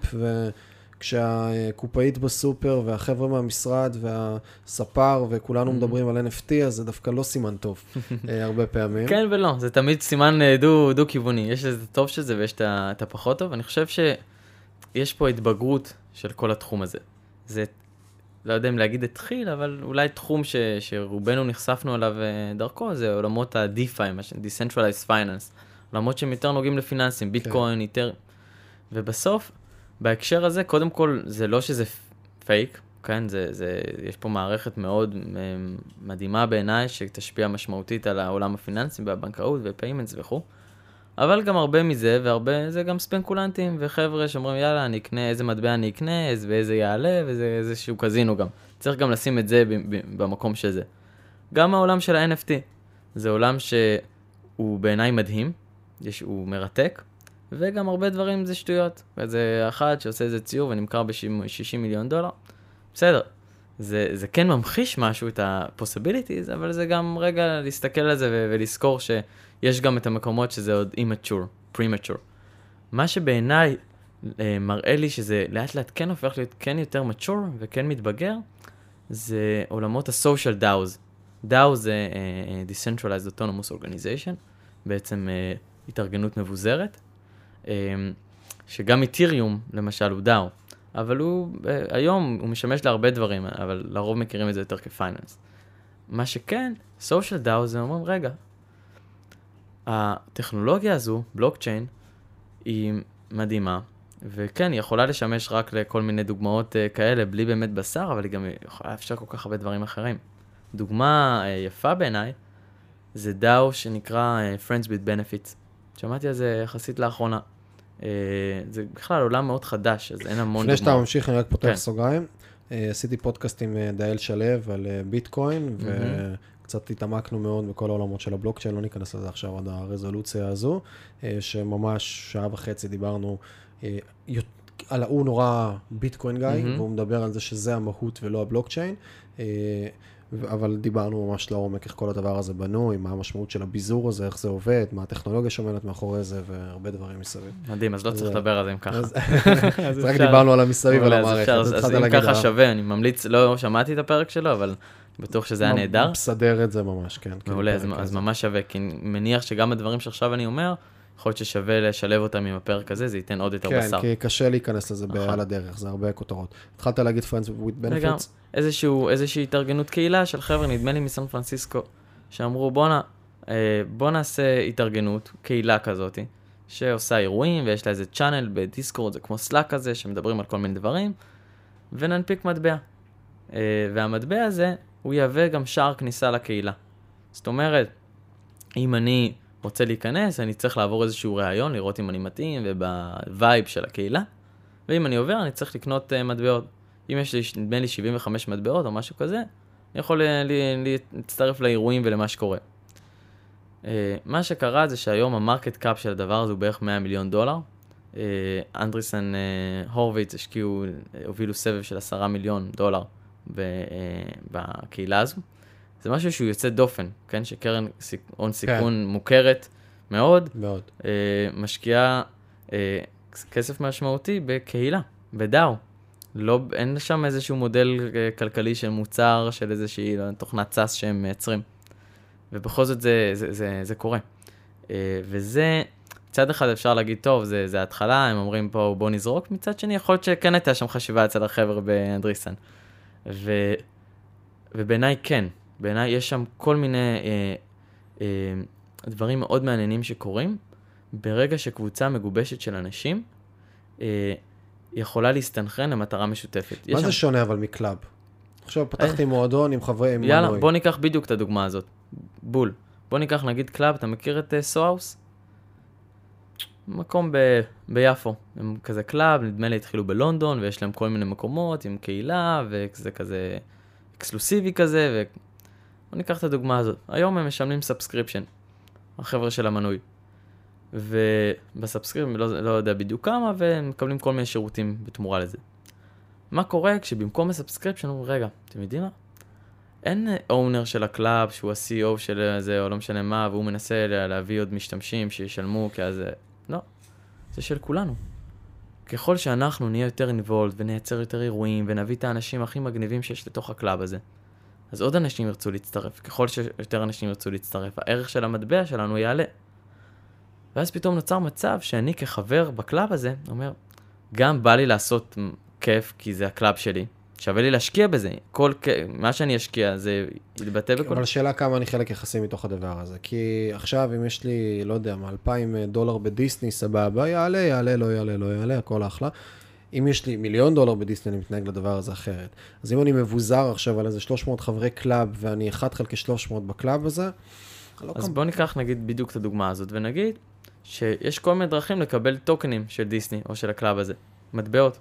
וכשהקופאית בסופר והחבר'ה מהמשרד והספר וכולנו מדברים על אן אף טי, אז זה דווקא לא סימן טוב הרבה פעמים. כן ולא, זה תמיד סימן דו, דו-כיווני. יש איזה טוב שזה ויש את הפחות טוב. אני חושב ש... יש פה התבגרות של כל התחום הזה. זה, לא יודע אם להגיד התחיל, אבל אולי תחום ש, שרובנו נחשפנו עליו דרכו, זה עולמות ה-דיפיי, Decentralized Finance. עולמות שהם יותר נוגעים לפיננסים, ביטקוין, יותר... ובסוף, בהקשר הזה, קודם כל, זה לא שזה פייק, כן? זה, זה, יש פה מערכת מאוד מדהימה בעיניי, שתשפיע משמעותית על העולם הפיננסי, והבנקאות, ופיימנטס וכו'. אבל גם הרבה מזה, והרבה, זה גם ספקולנטים וחבר'ה שאומרים, יאללה, אני אקנה, איזה מטבע אני אקנה, ואיזה יעלה, וזה איזשהו קזינו גם. צריך גם לשים את זה במקום שזה. גם העולם של ה-אן אף טי, זה עולם שהוא בעיניי מדהים, יש, הוא מרתק, וגם הרבה דברים זה שטויות. זה אחד שעושה איזה ציור ונמכר ב-שישים מיליון דולר. בסדר, זה, זה כן ממחיש משהו, את ה-possibilities, אבל זה גם רגע להסתכל על זה ו- ולזכור ש... יש גם את המקומות שזה עוד immature, premature. מה שבעיניי אה, מראה לי שזה לאט לאט כן הופך להיות כן יותר mature וכן מתבגר, זה עולמות ה-social דאו'ז. דאו זה uh, Decentralized Autonomous Organization, בעצם uh, התארגנות מבוזרת, uh, שגם איתריום למשל הוא דאו, אבל הוא, uh, היום הוא משמש להרבה דברים, אבל לרוב מכירים את זה יותר כפייננס. מה שכן, social דאו זה אומרים, רגע, הטכנולוגיה הזו, בלוקצ'יין, היא מדהימה, וכן, היא יכולה לשמש רק לכל מיני דוגמאות uh, כאלה, בלי באמת בשר, אבל היא גם יכולה לאפשר כל כך הרבה דברים אחרים. דוגמה uh, יפה בעיניי, זה דאו שנקרא uh, Friends with Benefits. שמעתי על זה יחסית לאחרונה. Uh, זה בכלל עולם מאוד חדש, אז אין המון דוגמאות. לפני שאתה ממשיך, אני רק פותח כן. סוגריים. Uh, עשיתי פודקאסט עם uh, דייל שלב על uh, ביטקוין, mm-hmm. וקצת התעמקנו מאוד בכל העולמות של הבלוקצ'יין, לא ניכנס לזה עכשיו עד הרזולוציה הזו, uh, שממש שעה וחצי דיברנו uh, על הוא נורא ביטקוין גאי, mm-hmm. והוא מדבר על זה שזה המהות ולא הבלוקצ'יין, uh, אבל דיברנו ממש לעומק איך כל הדבר הזה בנוי, מה המשמעות של הביזור הזה, איך זה עובד, מה הטכנולוגיה שומנת מאחורי זה, והרבה דברים מסביב. מדהים, אז לא צריך לדבר על זה אם ככה. אז רק דיברנו על המסביב ועל המערכת. אז אם ככה שווה, אני ממליץ, לא שמעתי את הפרק שלו, אבל בטוח שזה היה נהדר. מסדר את זה ממש, כן. מעולה, אז ממש שווה, כי אני מניח שגם הדברים שעכשיו אני אומר, יכול להיות ששווה לשלב אותם עם הפרק הזה, זה ייתן עוד יותר בשר. כן, כי קשה להיכנס לזה על הדרך, זה הרבה כותרות. התחלת להגיד Friends with Benefits? איזשהו, איזושהי התארגנות קהילה של חבר'ה, נדמה לי מסן פרנסיסקו, שאמרו בוא, נע, בוא נעשה התארגנות, קהילה כזאת, שעושה אירועים, ויש לה איזה צ'אנל בדיסקורד, זה כמו סלאק כזה, שמדברים על כל מיני דברים, וננפיק מטבע. והמטבע הזה, הוא יהווה גם שער כניסה לקהילה. זאת אומרת, אם אני רוצה להיכנס, אני צריך לעבור איזשהו ראיון, לראות אם אני מתאים, ובווייב של הקהילה, ואם אני עובר, אני צריך לקנות מטבעות. אם יש לי, נדמה לי שבעים וחמש מטבעות או משהו כזה, אני יכול להצטרף לאירועים ולמה שקורה. מה שקרה זה שהיום המרקט קאפ של הדבר הזה הוא בערך מאה מיליון דולר. אנדריסן הורוויץ השקיעו, הובילו סבב של עשרה מיליון דולר בקהילה הזו. זה משהו שהוא יוצא דופן, כן? שקרן הון סיכון מוכרת מאוד, מאוד. משקיעה כסף משמעותי בקהילה, בדאו. לא, אין שם איזשהו מודל כלכלי של מוצר, של איזושהי תוכנת סאס שהם מייצרים. ובכל זאת זה, זה, זה, זה קורה. וזה, מצד אחד אפשר להגיד, טוב, זה, זה התחלה, הם אומרים פה בוא נזרוק, מצד שני יכול להיות שכן הייתה שם חשיבה אצל החבר'ה באנדריסן. ו, ובעיניי כן, בעיניי יש שם כל מיני אה, אה, דברים מאוד מעניינים שקורים, ברגע שקבוצה מגובשת של אנשים, אה, יכולה להסתנכרן למטרה משותפת. מה זה שם... שונה אבל מקלאב? עכשיו פתחתי מועדון עם חברי מנוי. יאללה, בוא ניקח בדיוק את הדוגמה הזאת. בול. בוא ניקח נגיד קלאב, אתה מכיר את סואוס? מקום ב... ביפו. הם כזה קלאב, נדמה לי התחילו בלונדון, ויש להם כל מיני מקומות עם קהילה, וזה כזה אקסקלוסיבי כזה, ו... בוא ניקח את הדוגמה הזאת. היום הם משלמים סאבסקריפשן, החבר'ה של המנוי. ובסאבסקריפשן, לא, לא יודע בדיוק כמה, והם מקבלים כל מיני שירותים בתמורה לזה. מה קורה כשבמקום הסאבסקריפשן, הוא רגע, אתם יודעים מה? אין אונר של הקלאב, שהוא ה-סי אי או של זה, או לא משנה מה, והוא מנסה להביא עוד משתמשים שישלמו, כי אז... לא, זה של כולנו. ככל שאנחנו נהיה יותר involved, ונייצר יותר אירועים, ונביא את האנשים הכי מגניבים שיש לתוך הקלאב הזה, אז עוד אנשים ירצו להצטרף. ככל שיותר אנשים ירצו להצטרף, הערך של המטבע שלנו יעלה. ואז פתאום נוצר מצב שאני כחבר בקלאב הזה, אומר, גם בא לי לעשות כיף, כי זה הקלאב שלי, שווה לי להשקיע בזה. כל, מה שאני אשקיע, זה יתבטא בכל... אבל השאלה כמה אני חלק יחסי מתוך הדבר הזה. כי עכשיו, אם יש לי, לא יודע, אלפיים דולר בדיסני, סבבה, יעלה, יעלה, לא יעלה, לא יעלה, הכל אחלה. אם יש לי מיליון דולר בדיסני, אני מתנהג לדבר הזה אחרת. אז אם אני מבוזר עכשיו על איזה שלוש מאות חברי קלאב, ואני אחד חלקי שלוש מאות בקלאב הזה, אז בוא ניקח, נגיד, בדיוק את הדוגמה הזאת, ונגיד שיש כל מיני דרכים לקבל טוקנים של דיסני, או של הקלאב הזה. מטבעות.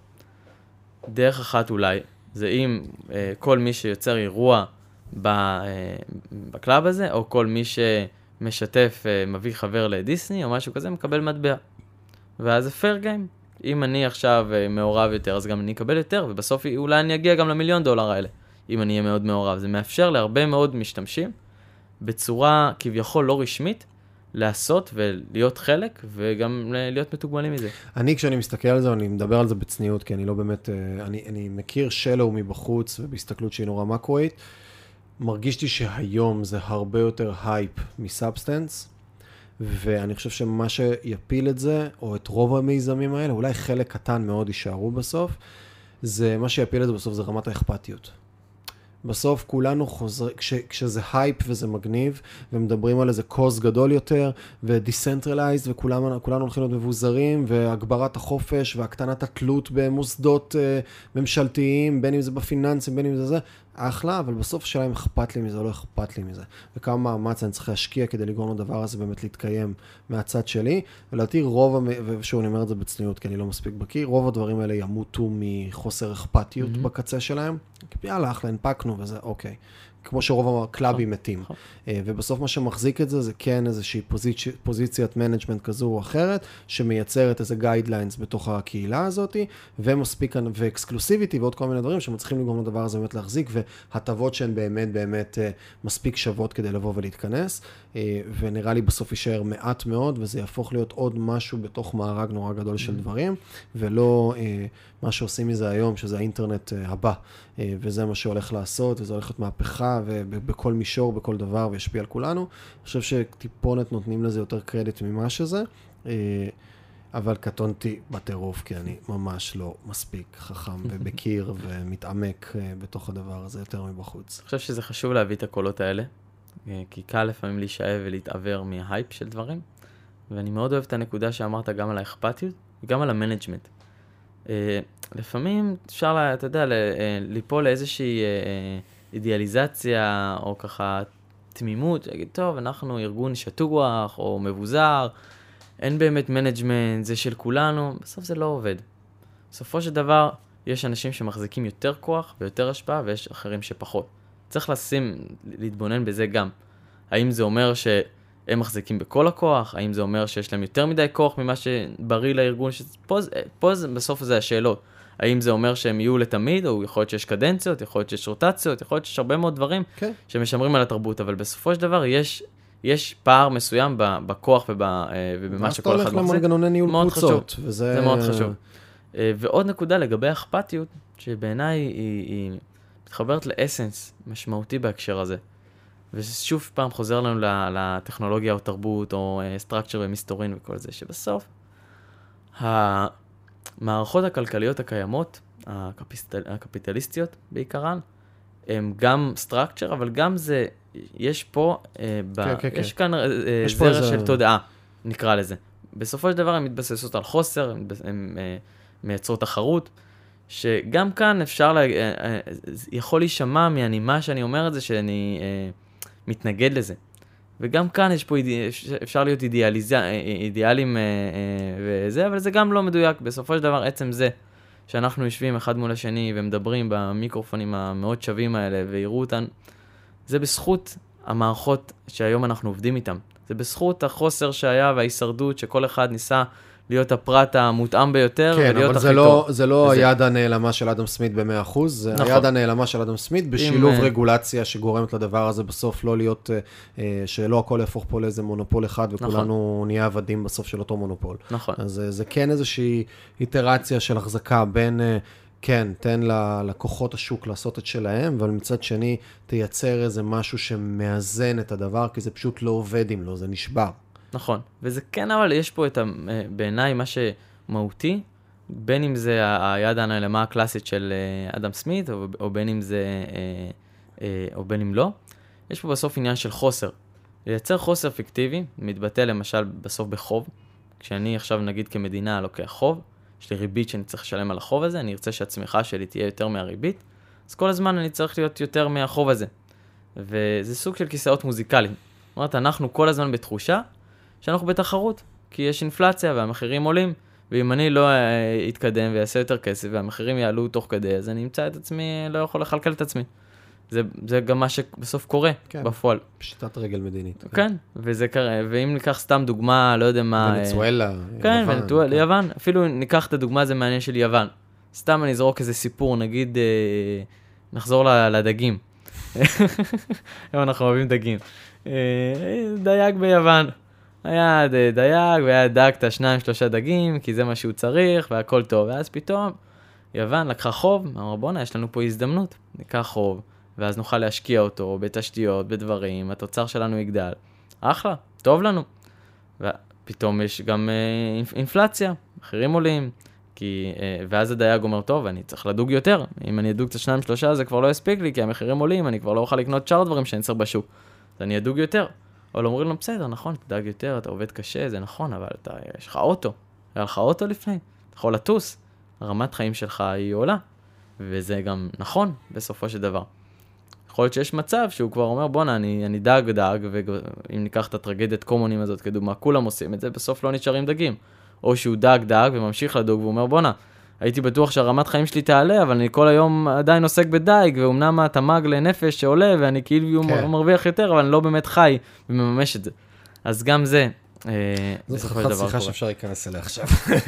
דרך אחת אולי, זה אם אה, כל מי שיוצר אירוע ב, אה, בקלאב הזה, או כל מי שמשתף, אה, מביא חבר לדיסני, או משהו כזה, מקבל מטבע. ואז זה fair game. אם אני עכשיו אה, מעורב יותר, אז גם אני אקבל יותר, ובסוף אולי אני אגיע גם למיליון דולר האלה, אם אני אהיה מאוד מעורב. זה מאפשר להרבה מאוד משתמשים, בצורה כביכול לא רשמית, לעשות ולהיות חלק, וגם להיות מתוגמלים מזה. אני, כשאני מסתכל על זה, אני מדבר על זה בצניעות, כי אני לא באמת, אני, אני מכיר שלו מבחוץ, ובהסתכלות שהיא נורא מקרואית, מרגישתי שהיום זה הרבה יותר הייפ מסאבסטנס, ואני חושב שמה שיפיל את זה, או את רוב המיזמים האלה, אולי חלק קטן מאוד יישארו בסוף, זה מה שיפיל את זה בסוף, זה רמת האכפתיות. בסוף כולנו חוזרים, כש, כשזה הייפ וזה מגניב, ומדברים על איזה קוז גדול יותר, ודיסנטרלייזד, וכולנו הולכים להיות מבוזרים, והגברת החופש, והקטנת התלות במוסדות uh, ממשלתיים, בין אם זה בפיננסים, בין אם זה זה, אחלה, אבל בסוף השאלה אם אכפת לי מזה או לא אכפת לי מזה. וכמה מאמץ אני צריך להשקיע כדי לגרום לדבר הזה באמת להתקיים מהצד שלי, ולדעתי רוב, ושוב אני אומר את זה בצניעות, כי אני לא מספיק בקיא, רוב הדברים האלה ימותו מחוסר אכפתיות mm-hmm. בקצה שלהם. יאללה, אחלה, הנפקנו וזה, אוקיי. כמו שרוב הקלאבים מתים. ובסוף מה שמחזיק את זה, זה כן איזושהי פוזיצ... פוזיציית מנג'מנט כזו או אחרת, שמייצרת איזה גיידליינס בתוך הקהילה הזאת, ומספיק, ואקסקלוסיביטי ועוד כל מיני דברים, שמצליחים לגרום לדבר הזה באמת להחזיק, והטבות שהן באמת באמת מספיק שוות כדי לבוא ולהתכנס, ונראה לי בסוף יישאר מעט מאוד, וזה יהפוך להיות עוד משהו בתוך מארג נורא גדול של דברים, ולא מה שעושים מזה היום, שזה האינטרנט הבא, וזה מה שהולך לעשות, וזה הולך להיות מהפכה, ובכל מישור, בכל דבר, וישפיע על כולנו. אני חושב שטיפונת נותנים לזה יותר קרדיט ממה שזה, אבל קטונתי בטירוף, כי אני ממש לא מספיק חכם ובקיר ומתעמק בתוך הדבר הזה יותר מבחוץ. אני חושב שזה חשוב להביא את הקולות האלה, כי קל לפעמים להישאב ולהתעבר מההייפ של דברים, ואני מאוד אוהב את הנקודה שאמרת גם על האכפתיות, וגם על המנג'מנט. לפעמים אפשר, אתה יודע, ליפול לאיזושהי אידיאליזציה, או ככה תמימות, להגיד, טוב, אנחנו ארגון שטוח, או מבוזר, אין באמת מנג'מנט, זה של כולנו, בסוף זה לא עובד. בסופו של דבר, יש אנשים שמחזיקים יותר כוח ויותר השפעה, ויש אחרים שפחות. צריך לשים, להתבונן בזה גם. האם זה אומר שהם מחזיקים בכל הכוח? האם זה אומר שיש להם יותר מדי כוח ממה שבריא לארגון? פה, פה בסוף זה השאלות. האם זה אומר שהם יהיו לתמיד, או יכול להיות שיש קדנציות, יכול להיות שיש רוטציות, יכול להיות שיש הרבה מאוד דברים okay. שמשמרים על התרבות, אבל בסופו של דבר יש, יש פער מסוים בכוח ובמה שכל אחד מחזיק. אתה הולך למנגנוני ניהול קבוצות. וזה... זה מאוד חשוב. ועוד נקודה לגבי האכפתיות, שבעיניי היא, היא מתחברת לאסנס משמעותי בהקשר הזה. ושוב פעם חוזר לנו לטכנולוגיה או תרבות, או סטרקצ'ר ומסתורין וכל זה, שבסוף המערכות הכלכליות הקיימות, הקפיטל, הקפיטליסטיות בעיקרן, הם גם סטרקצ'ר, אבל גם זה, יש פה, ב, כן, כן, יש כן. כאן יש זרע פה של זה... תודעה, נקרא לזה. בסופו של דבר הן מתבססות על חוסר, הן, הן מייצרות תחרות, שגם כאן אפשר, לה, יכול להישמע מהנימה שאני אומר את זה, שאני אה, מתנגד לזה. וגם כאן יש פה, אפשר להיות אידיאליז... אידיאלים אה, אה, וזה, אבל זה גם לא מדויק. בסופו של דבר, עצם זה שאנחנו יושבים אחד מול השני ומדברים במיקרופונים המאוד שווים האלה ויראו אותן, זה בזכות המערכות שהיום אנחנו עובדים איתן. זה בזכות החוסר שהיה וההישרדות שכל אחד ניסה להיות הפרט המותאם ביותר, כן, ולהיות אבל זה לא, זה לא וזה... היד הנעלמה של אדם סמית ב-מאה אחוז, זה נכון. היד הנעלמה של אדם סמית בשילוב עם... רגולציה שגורמת לדבר הזה בסוף לא להיות, שלא הכל יהפוך פה לאיזה מונופול אחד, וכולנו נכון. נהיה עבדים בסוף של אותו מונופול. נכון. אז זה כן איזושהי איטרציה של החזקה בין, כן, תן ללקוחות השוק לעשות את שלהם, אבל מצד שני תייצר איזה משהו שמאזן את הדבר, כי זה פשוט לא עובד עם לו, זה נשבר. נכון, וזה כן, אבל יש פה את ה... בעיניי מה שמהותי, בין אם זה היד הנעלמה הקלאסית של אדם סמית, או, או בין אם זה, או בין אם לא, יש פה בסוף עניין של חוסר. לייצר חוסר פיקטיבי, מתבטא למשל בסוף בחוב, כשאני עכשיו נגיד כמדינה לוקח חוב, יש לי ריבית שאני צריך לשלם על החוב הזה, אני ארצה שהצמיחה שלי תהיה יותר מהריבית, אז כל הזמן אני צריך להיות יותר מהחוב הזה. וזה סוג של כיסאות מוזיקליים. זאת אומרת, אנחנו כל הזמן בתחושה, שאנחנו בתחרות, כי יש אינפלציה והמחירים עולים, ואם אני לא אתקדם ויעשה יותר כסף והמחירים יעלו תוך כדי, אז אני אמצא את עצמי, לא יכול לחלקל את עצמי. זה, זה גם מה שבסוף קורה כן, בפועל. פשיטת רגל מדינית. כן, כן. וזה קרה, ואם ניקח סתם דוגמה, לא יודע מה... ונצואלה, כן, יוון. ונצואלה, כן. יוון. אפילו ניקח את הדוגמה, זה מעניין של יוון. סתם אני אזרוק איזה סיפור, נגיד, אה, נחזור לדגים. היום אנחנו אוהבים דגים. אה, דייג ביוון. היה דייג, והיה דג את השניים, שלושה דגים, כי זה מה שהוא צריך, והכל טוב. ואז פתאום, יוון לקחה חוב, אמרה, בונה, יש לנו פה הזדמנות, ניקח חוב, ואז נוכל להשקיע אותו בתשתיות, בדברים, התוצר שלנו יגדל. אחלה, טוב לנו. ופתאום יש גם אה, אינפלציה, מחירים עולים, כי, אה, ואז הדייג אומר, טוב, אני צריך לדוג יותר. אם אני אדוג את השניים, שלושה, זה כבר לא יספיק לי, כי המחירים עולים, אני כבר לא אוכל לקנות שאר דברים שאני צריך בשוק. אז אני אדוג יותר. אבל אומרים לו, בסדר, נכון, תדאג יותר, אתה עובד קשה, זה נכון, אבל אתה, יש לך אוטו, היה לך אוטו לפני, אתה יכול לטוס, הרמת חיים שלך היא עולה, וזה גם נכון בסופו של דבר. יכול להיות שיש מצב שהוא כבר אומר, בונה, אני, אני דאג דאג, ואם ניקח את הטרגדיית קומונים הזאת כדוגמה, כולם עושים את זה, בסוף לא נשארים דגים. או שהוא דאג דאג וממשיך לדוג, ואומר, בונה, הייתי בטוח שהרמת חיים שלי תעלה, אבל אני כל היום עדיין עוסק בדייג, ואומנם התמ"ג לנפש שעולה, ואני כאילו כן. מרוויח יותר, אבל אני לא באמת חי ומממש את זה. אז גם זה, זו חתיכת שיחה שאפשר להיכנס אליה עכשיו.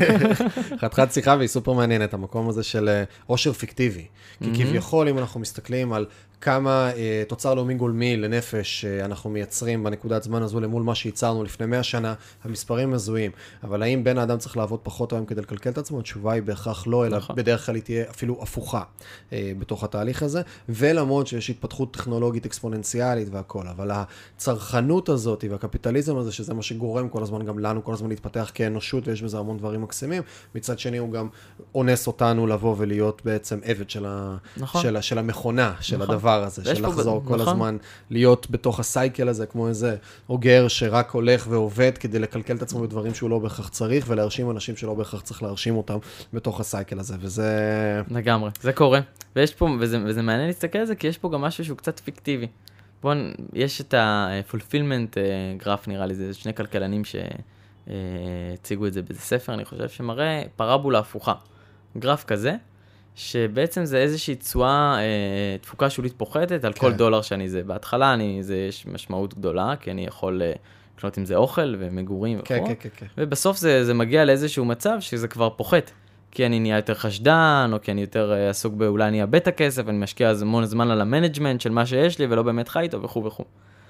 חתיכת שיחה והיא סופר מעניינת, המקום הזה של עושר פיקטיבי. כי כביכול, אם אנחנו מסתכלים על כמה אה, תוצר לאומי גולמי לנפש אה, אנחנו מייצרים בנקודת זמן הזו למול מה שייצרנו לפני מאה שנה, המספרים מזוהים. אבל האם בן האדם צריך לעבוד פחות היום כדי לקלקל את עצמו? התשובה היא בהכרח לא, אלא נכון. בדרך כלל היא תהיה אפילו הפוכה אה, בתוך התהליך הזה, ולמרות שיש התפתחות טכנולוגית אקספוננציאלית והכל, אבל הצרכנות הזאת והקפיטליזם הזה, שזה מה שגורם כל הזמן גם לנו, כל הזמן להתפתח כאנושות, ויש בזה המון דברים מקסימים, מצד שני הוא גם אונס אותנו לבוא ולהיות בעצם עבד של, ה... נכון. של, של המכונה, של נכון. הדבר הזה, של לחזור כל נכון. הזמן, להיות בתוך הסייקל הזה, כמו איזה אוגר שרק הולך ועובד כדי לקלקל את עצמו בדברים שהוא לא בהכרח צריך, ולהרשים אנשים שלא בהכרח צריך להרשים אותם בתוך הסייקל הזה, וזה... לגמרי, זה קורה. ויש פה, וזה, וזה מעניין להסתכל על זה, כי יש פה גם משהו שהוא קצת פיקטיבי. בואו, יש את ה-fulfillment graph, נראה לי, זה שני כלכלנים שהציגו את זה באיזה ספר, אני חושב, שמראה פרבולה הפוכה. גרף כזה, שבעצם זה איזושהי תשואה, אה, תפוקה שולית פוחתת על כן. כל דולר שאני זה. בהתחלה אני, זה יש משמעות גדולה, כי אני יכול אה, לקנות עם זה אוכל ומגורים וכו'. כן, כן, כן, כן. ובסוף זה, זה מגיע לאיזשהו מצב שזה כבר פוחת. כי אני נהיה יותר חשדן, או כי אני יותר אה, עסוק באולי אני אאבד את הכסף, אני משקיע אז המון זמן על המנג'מנט של מה שיש לי, ולא באמת חי איתו וכו' וכו'.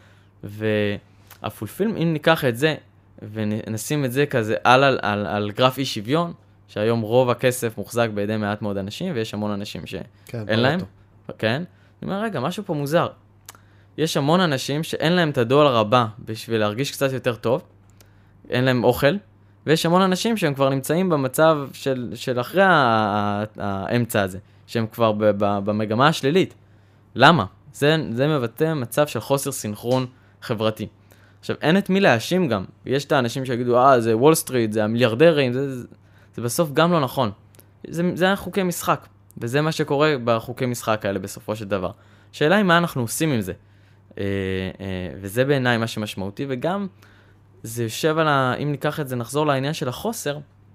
והפולפילם, אם ניקח את זה, ונשים את זה כזה על, על, על, על גרף אי שוויון, שהיום רוב הכסף מוחזק בידי מעט מאוד אנשים, ויש המון אנשים שאין כן, להם. כן? אני אומר, רגע, משהו פה מוזר. יש המון אנשים שאין להם את הדולר הבא בשביל להרגיש קצת יותר טוב, אין להם אוכל, ויש המון אנשים שהם כבר נמצאים במצב של, של אחרי האמצע הזה, שהם כבר ב, ב, במגמה השלילית. למה? זה, זה מבטא מצב של חוסר סינכרון חברתי. עכשיו, אין את מי להאשים גם. יש את האנשים שיגידו, אה, זה וול סטריט, זה המיליארדרים, זה... זה בסוף גם לא נכון. זה, זה החוקי משחק, וזה מה שקורה בחוקי משחק האלה בסופו של דבר. השאלה היא מה אנחנו עושים עם זה. אה, אה, וזה בעיניי מה שמשמעותי, וגם זה יושב על ה... אם ניקח את זה, נחזור לעניין של החוסר,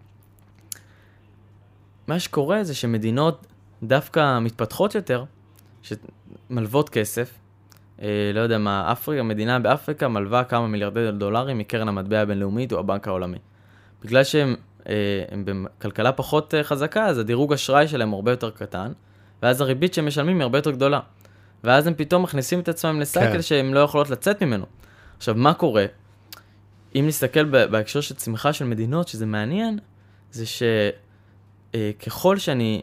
מה שקורה זה שמדינות דווקא מתפתחות יותר, שמלוות כסף, אה, לא יודע מה, אפריקה, מדינה באפריקה מלווה כמה מיליארדי דולרים מקרן המטבע הבינלאומית או הבנק העולמי. בגלל שהם אה, הם בכלכלה פחות אה, חזקה, אז הדירוג אשראי שלהם הרבה יותר קטן, ואז הריבית שהם משלמים היא הרבה יותר גדולה. ואז הם פתאום מכניסים את עצמם לסייקל כן. שהם לא יכולות לצאת ממנו. עכשיו, מה קורה? אם נסתכל בהקשר של צמיחה של מדינות, שזה מעניין, זה שככל שאני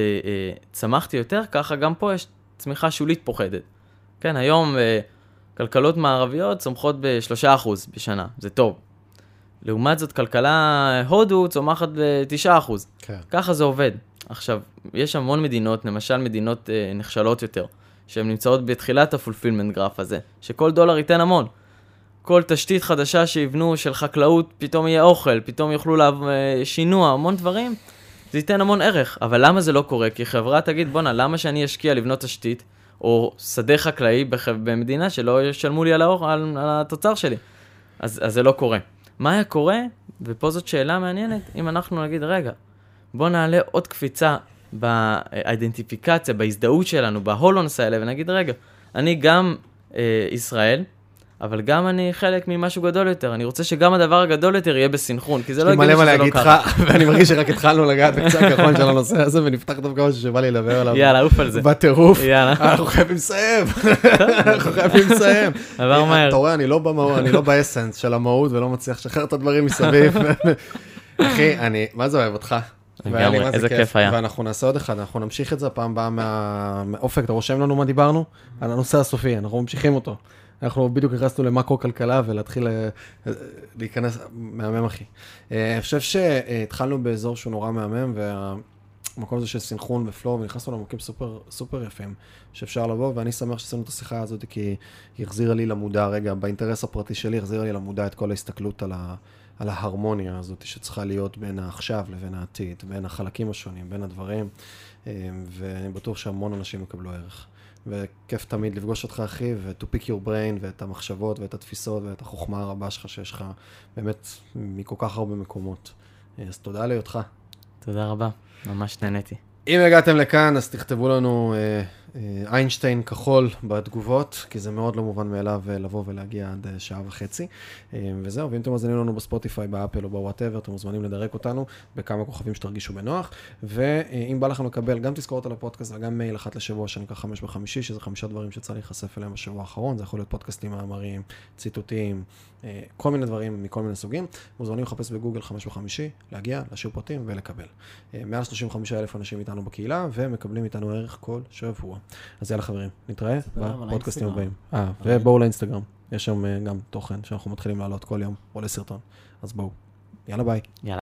צמחתי יותר, ככה גם פה יש צמיחה שולית פוחדת. כן, היום כלכלות מערביות צומחות ב-שלושה אחוז בשנה, זה טוב. לעומת זאת, כלכלה הודו צומחת ב-תשעה אחוז. כן. ככה זה עובד. עכשיו, יש המון מדינות, למשל מדינות נחשלות יותר, שהן נמצאות בתחילת הפולפילמנט גרף הזה, שכל דולר ייתן המון. כל תשתית חדשה שיבנו של חקלאות, פתאום יהיה אוכל, פתאום יוכלו שינוע, המון דברים, זה ייתן המון ערך. אבל למה זה לא קורה? כי חברה תגיד, בונה, למה שאני אשקיע לבנות תשתית, או שדה חקלאי במדינה שלא ישלמו לי על, האור, על, על התוצר שלי? אז, אז זה לא קורה. מה היה קורה? ופה זאת שאלה מעניינת, אם אנחנו נגיד, רגע, בוא נעלה עוד קפיצה באידנטיפיקציה, בהזדהות שלנו, בהולונס האלה, ונגיד, רגע, אני גם אה, ישראל, אבל גם אני חלק ממשהו גדול יותר. אני רוצה שגם הדבר הגדול יותר יהיה בסינכרון, כי זה לא הגיוני שזה לא ככה. ואני מרגיש שרק התחלנו לגעת בקצה הכחול של הנושא הזה, ונפתח טוב כמה שבא לי לדבר עליו. יאללה, עוף על זה. בטירוף. אנחנו חייבים לסיים. אנחנו חייבים לסיים. עבר מהר. אתה רואה, אני לא במהות, אני לא באסנס של המהות, ולא מצליח לשחרר את הדברים מסביב. אחי, אני, מה זה אוהב אותך? איזה כיף היה. ואנחנו נעשה עוד אחד, אנחנו נמשיך את זה פעם באה מהאופק, אתה רושם לנו מה דיברנו? על הנושא הסופי, אנחנו ממשיכים אותו. אנחנו בדיוק נכנסנו למקרו-כלכלה ולהתחיל להיכנס מהמם, אחי. אני חושב שהתחלנו באזור שהוא נורא מהמם, והמקום הזה של סינכרון ופלואו, ונכנסנו למקום סופר, סופר יפים שאפשר לבוא, ואני שמח שעשינו את השיחה הזאת, כי היא החזירה לי למודע, רגע, באינטרס הפרטי שלי, החזירה לי למודע את כל ההסתכלות על ה... על ההרמוניה הזאת שצריכה להיות בין העכשיו לבין העתיד, בין החלקים השונים, בין הדברים, ואני בטוח שהמון אנשים יקבלו ערך. וכיף תמיד לפגוש אותך, אחי, ו-to pick your brain, ואת המחשבות, ואת התפיסות, ואת החוכמה הרבה שלך שיש לך, באמת, מכל כך הרבה מקומות. אז תודה להיותך. תודה רבה, ממש נהניתי. אם הגעתם לכאן, אז תכתבו לנו אה, אה, איינשטיין כחול בתגובות, כי זה מאוד לא מובן מאליו לבוא ולהגיע עד שעה וחצי. אה, וזהו, ואם אתם מזמינים לנו בספוטיפיי, באפל או בוואטאבר, אתם מוזמנים לדרק אותנו בכמה כוכבים שתרגישו בנוח. ואם בא לכם לקבל גם תזכורת על הפודקאסט וגם מייל אחת לשבוע, שנקרא חמש בחמישי, שזה חמישה דברים שצריך להיחשף אליהם בשבוע האחרון. זה יכול להיות פודקאסטים, מאמרים, ציטוטים, אה, כל מיני דברים מכל מיני סוגים. מוזמנים לחפש בגוגל חמש בחמישי, להגיע, להשאיר פרטים ולקבל. אה, מעל שלושים וחמישה אלף אנשים איתנו בקהילה, ומקבלים איתנו ערך כל שבוע. אז יאללה חברים, נתראה בפודקאסטים הבאים. אה, ובואו לאינסטגרם. יש שם גם תוכן שאנחנו מתחילים לעלות כל יום, או לסרטון. אז בואו. יאללה ביי. יאללה.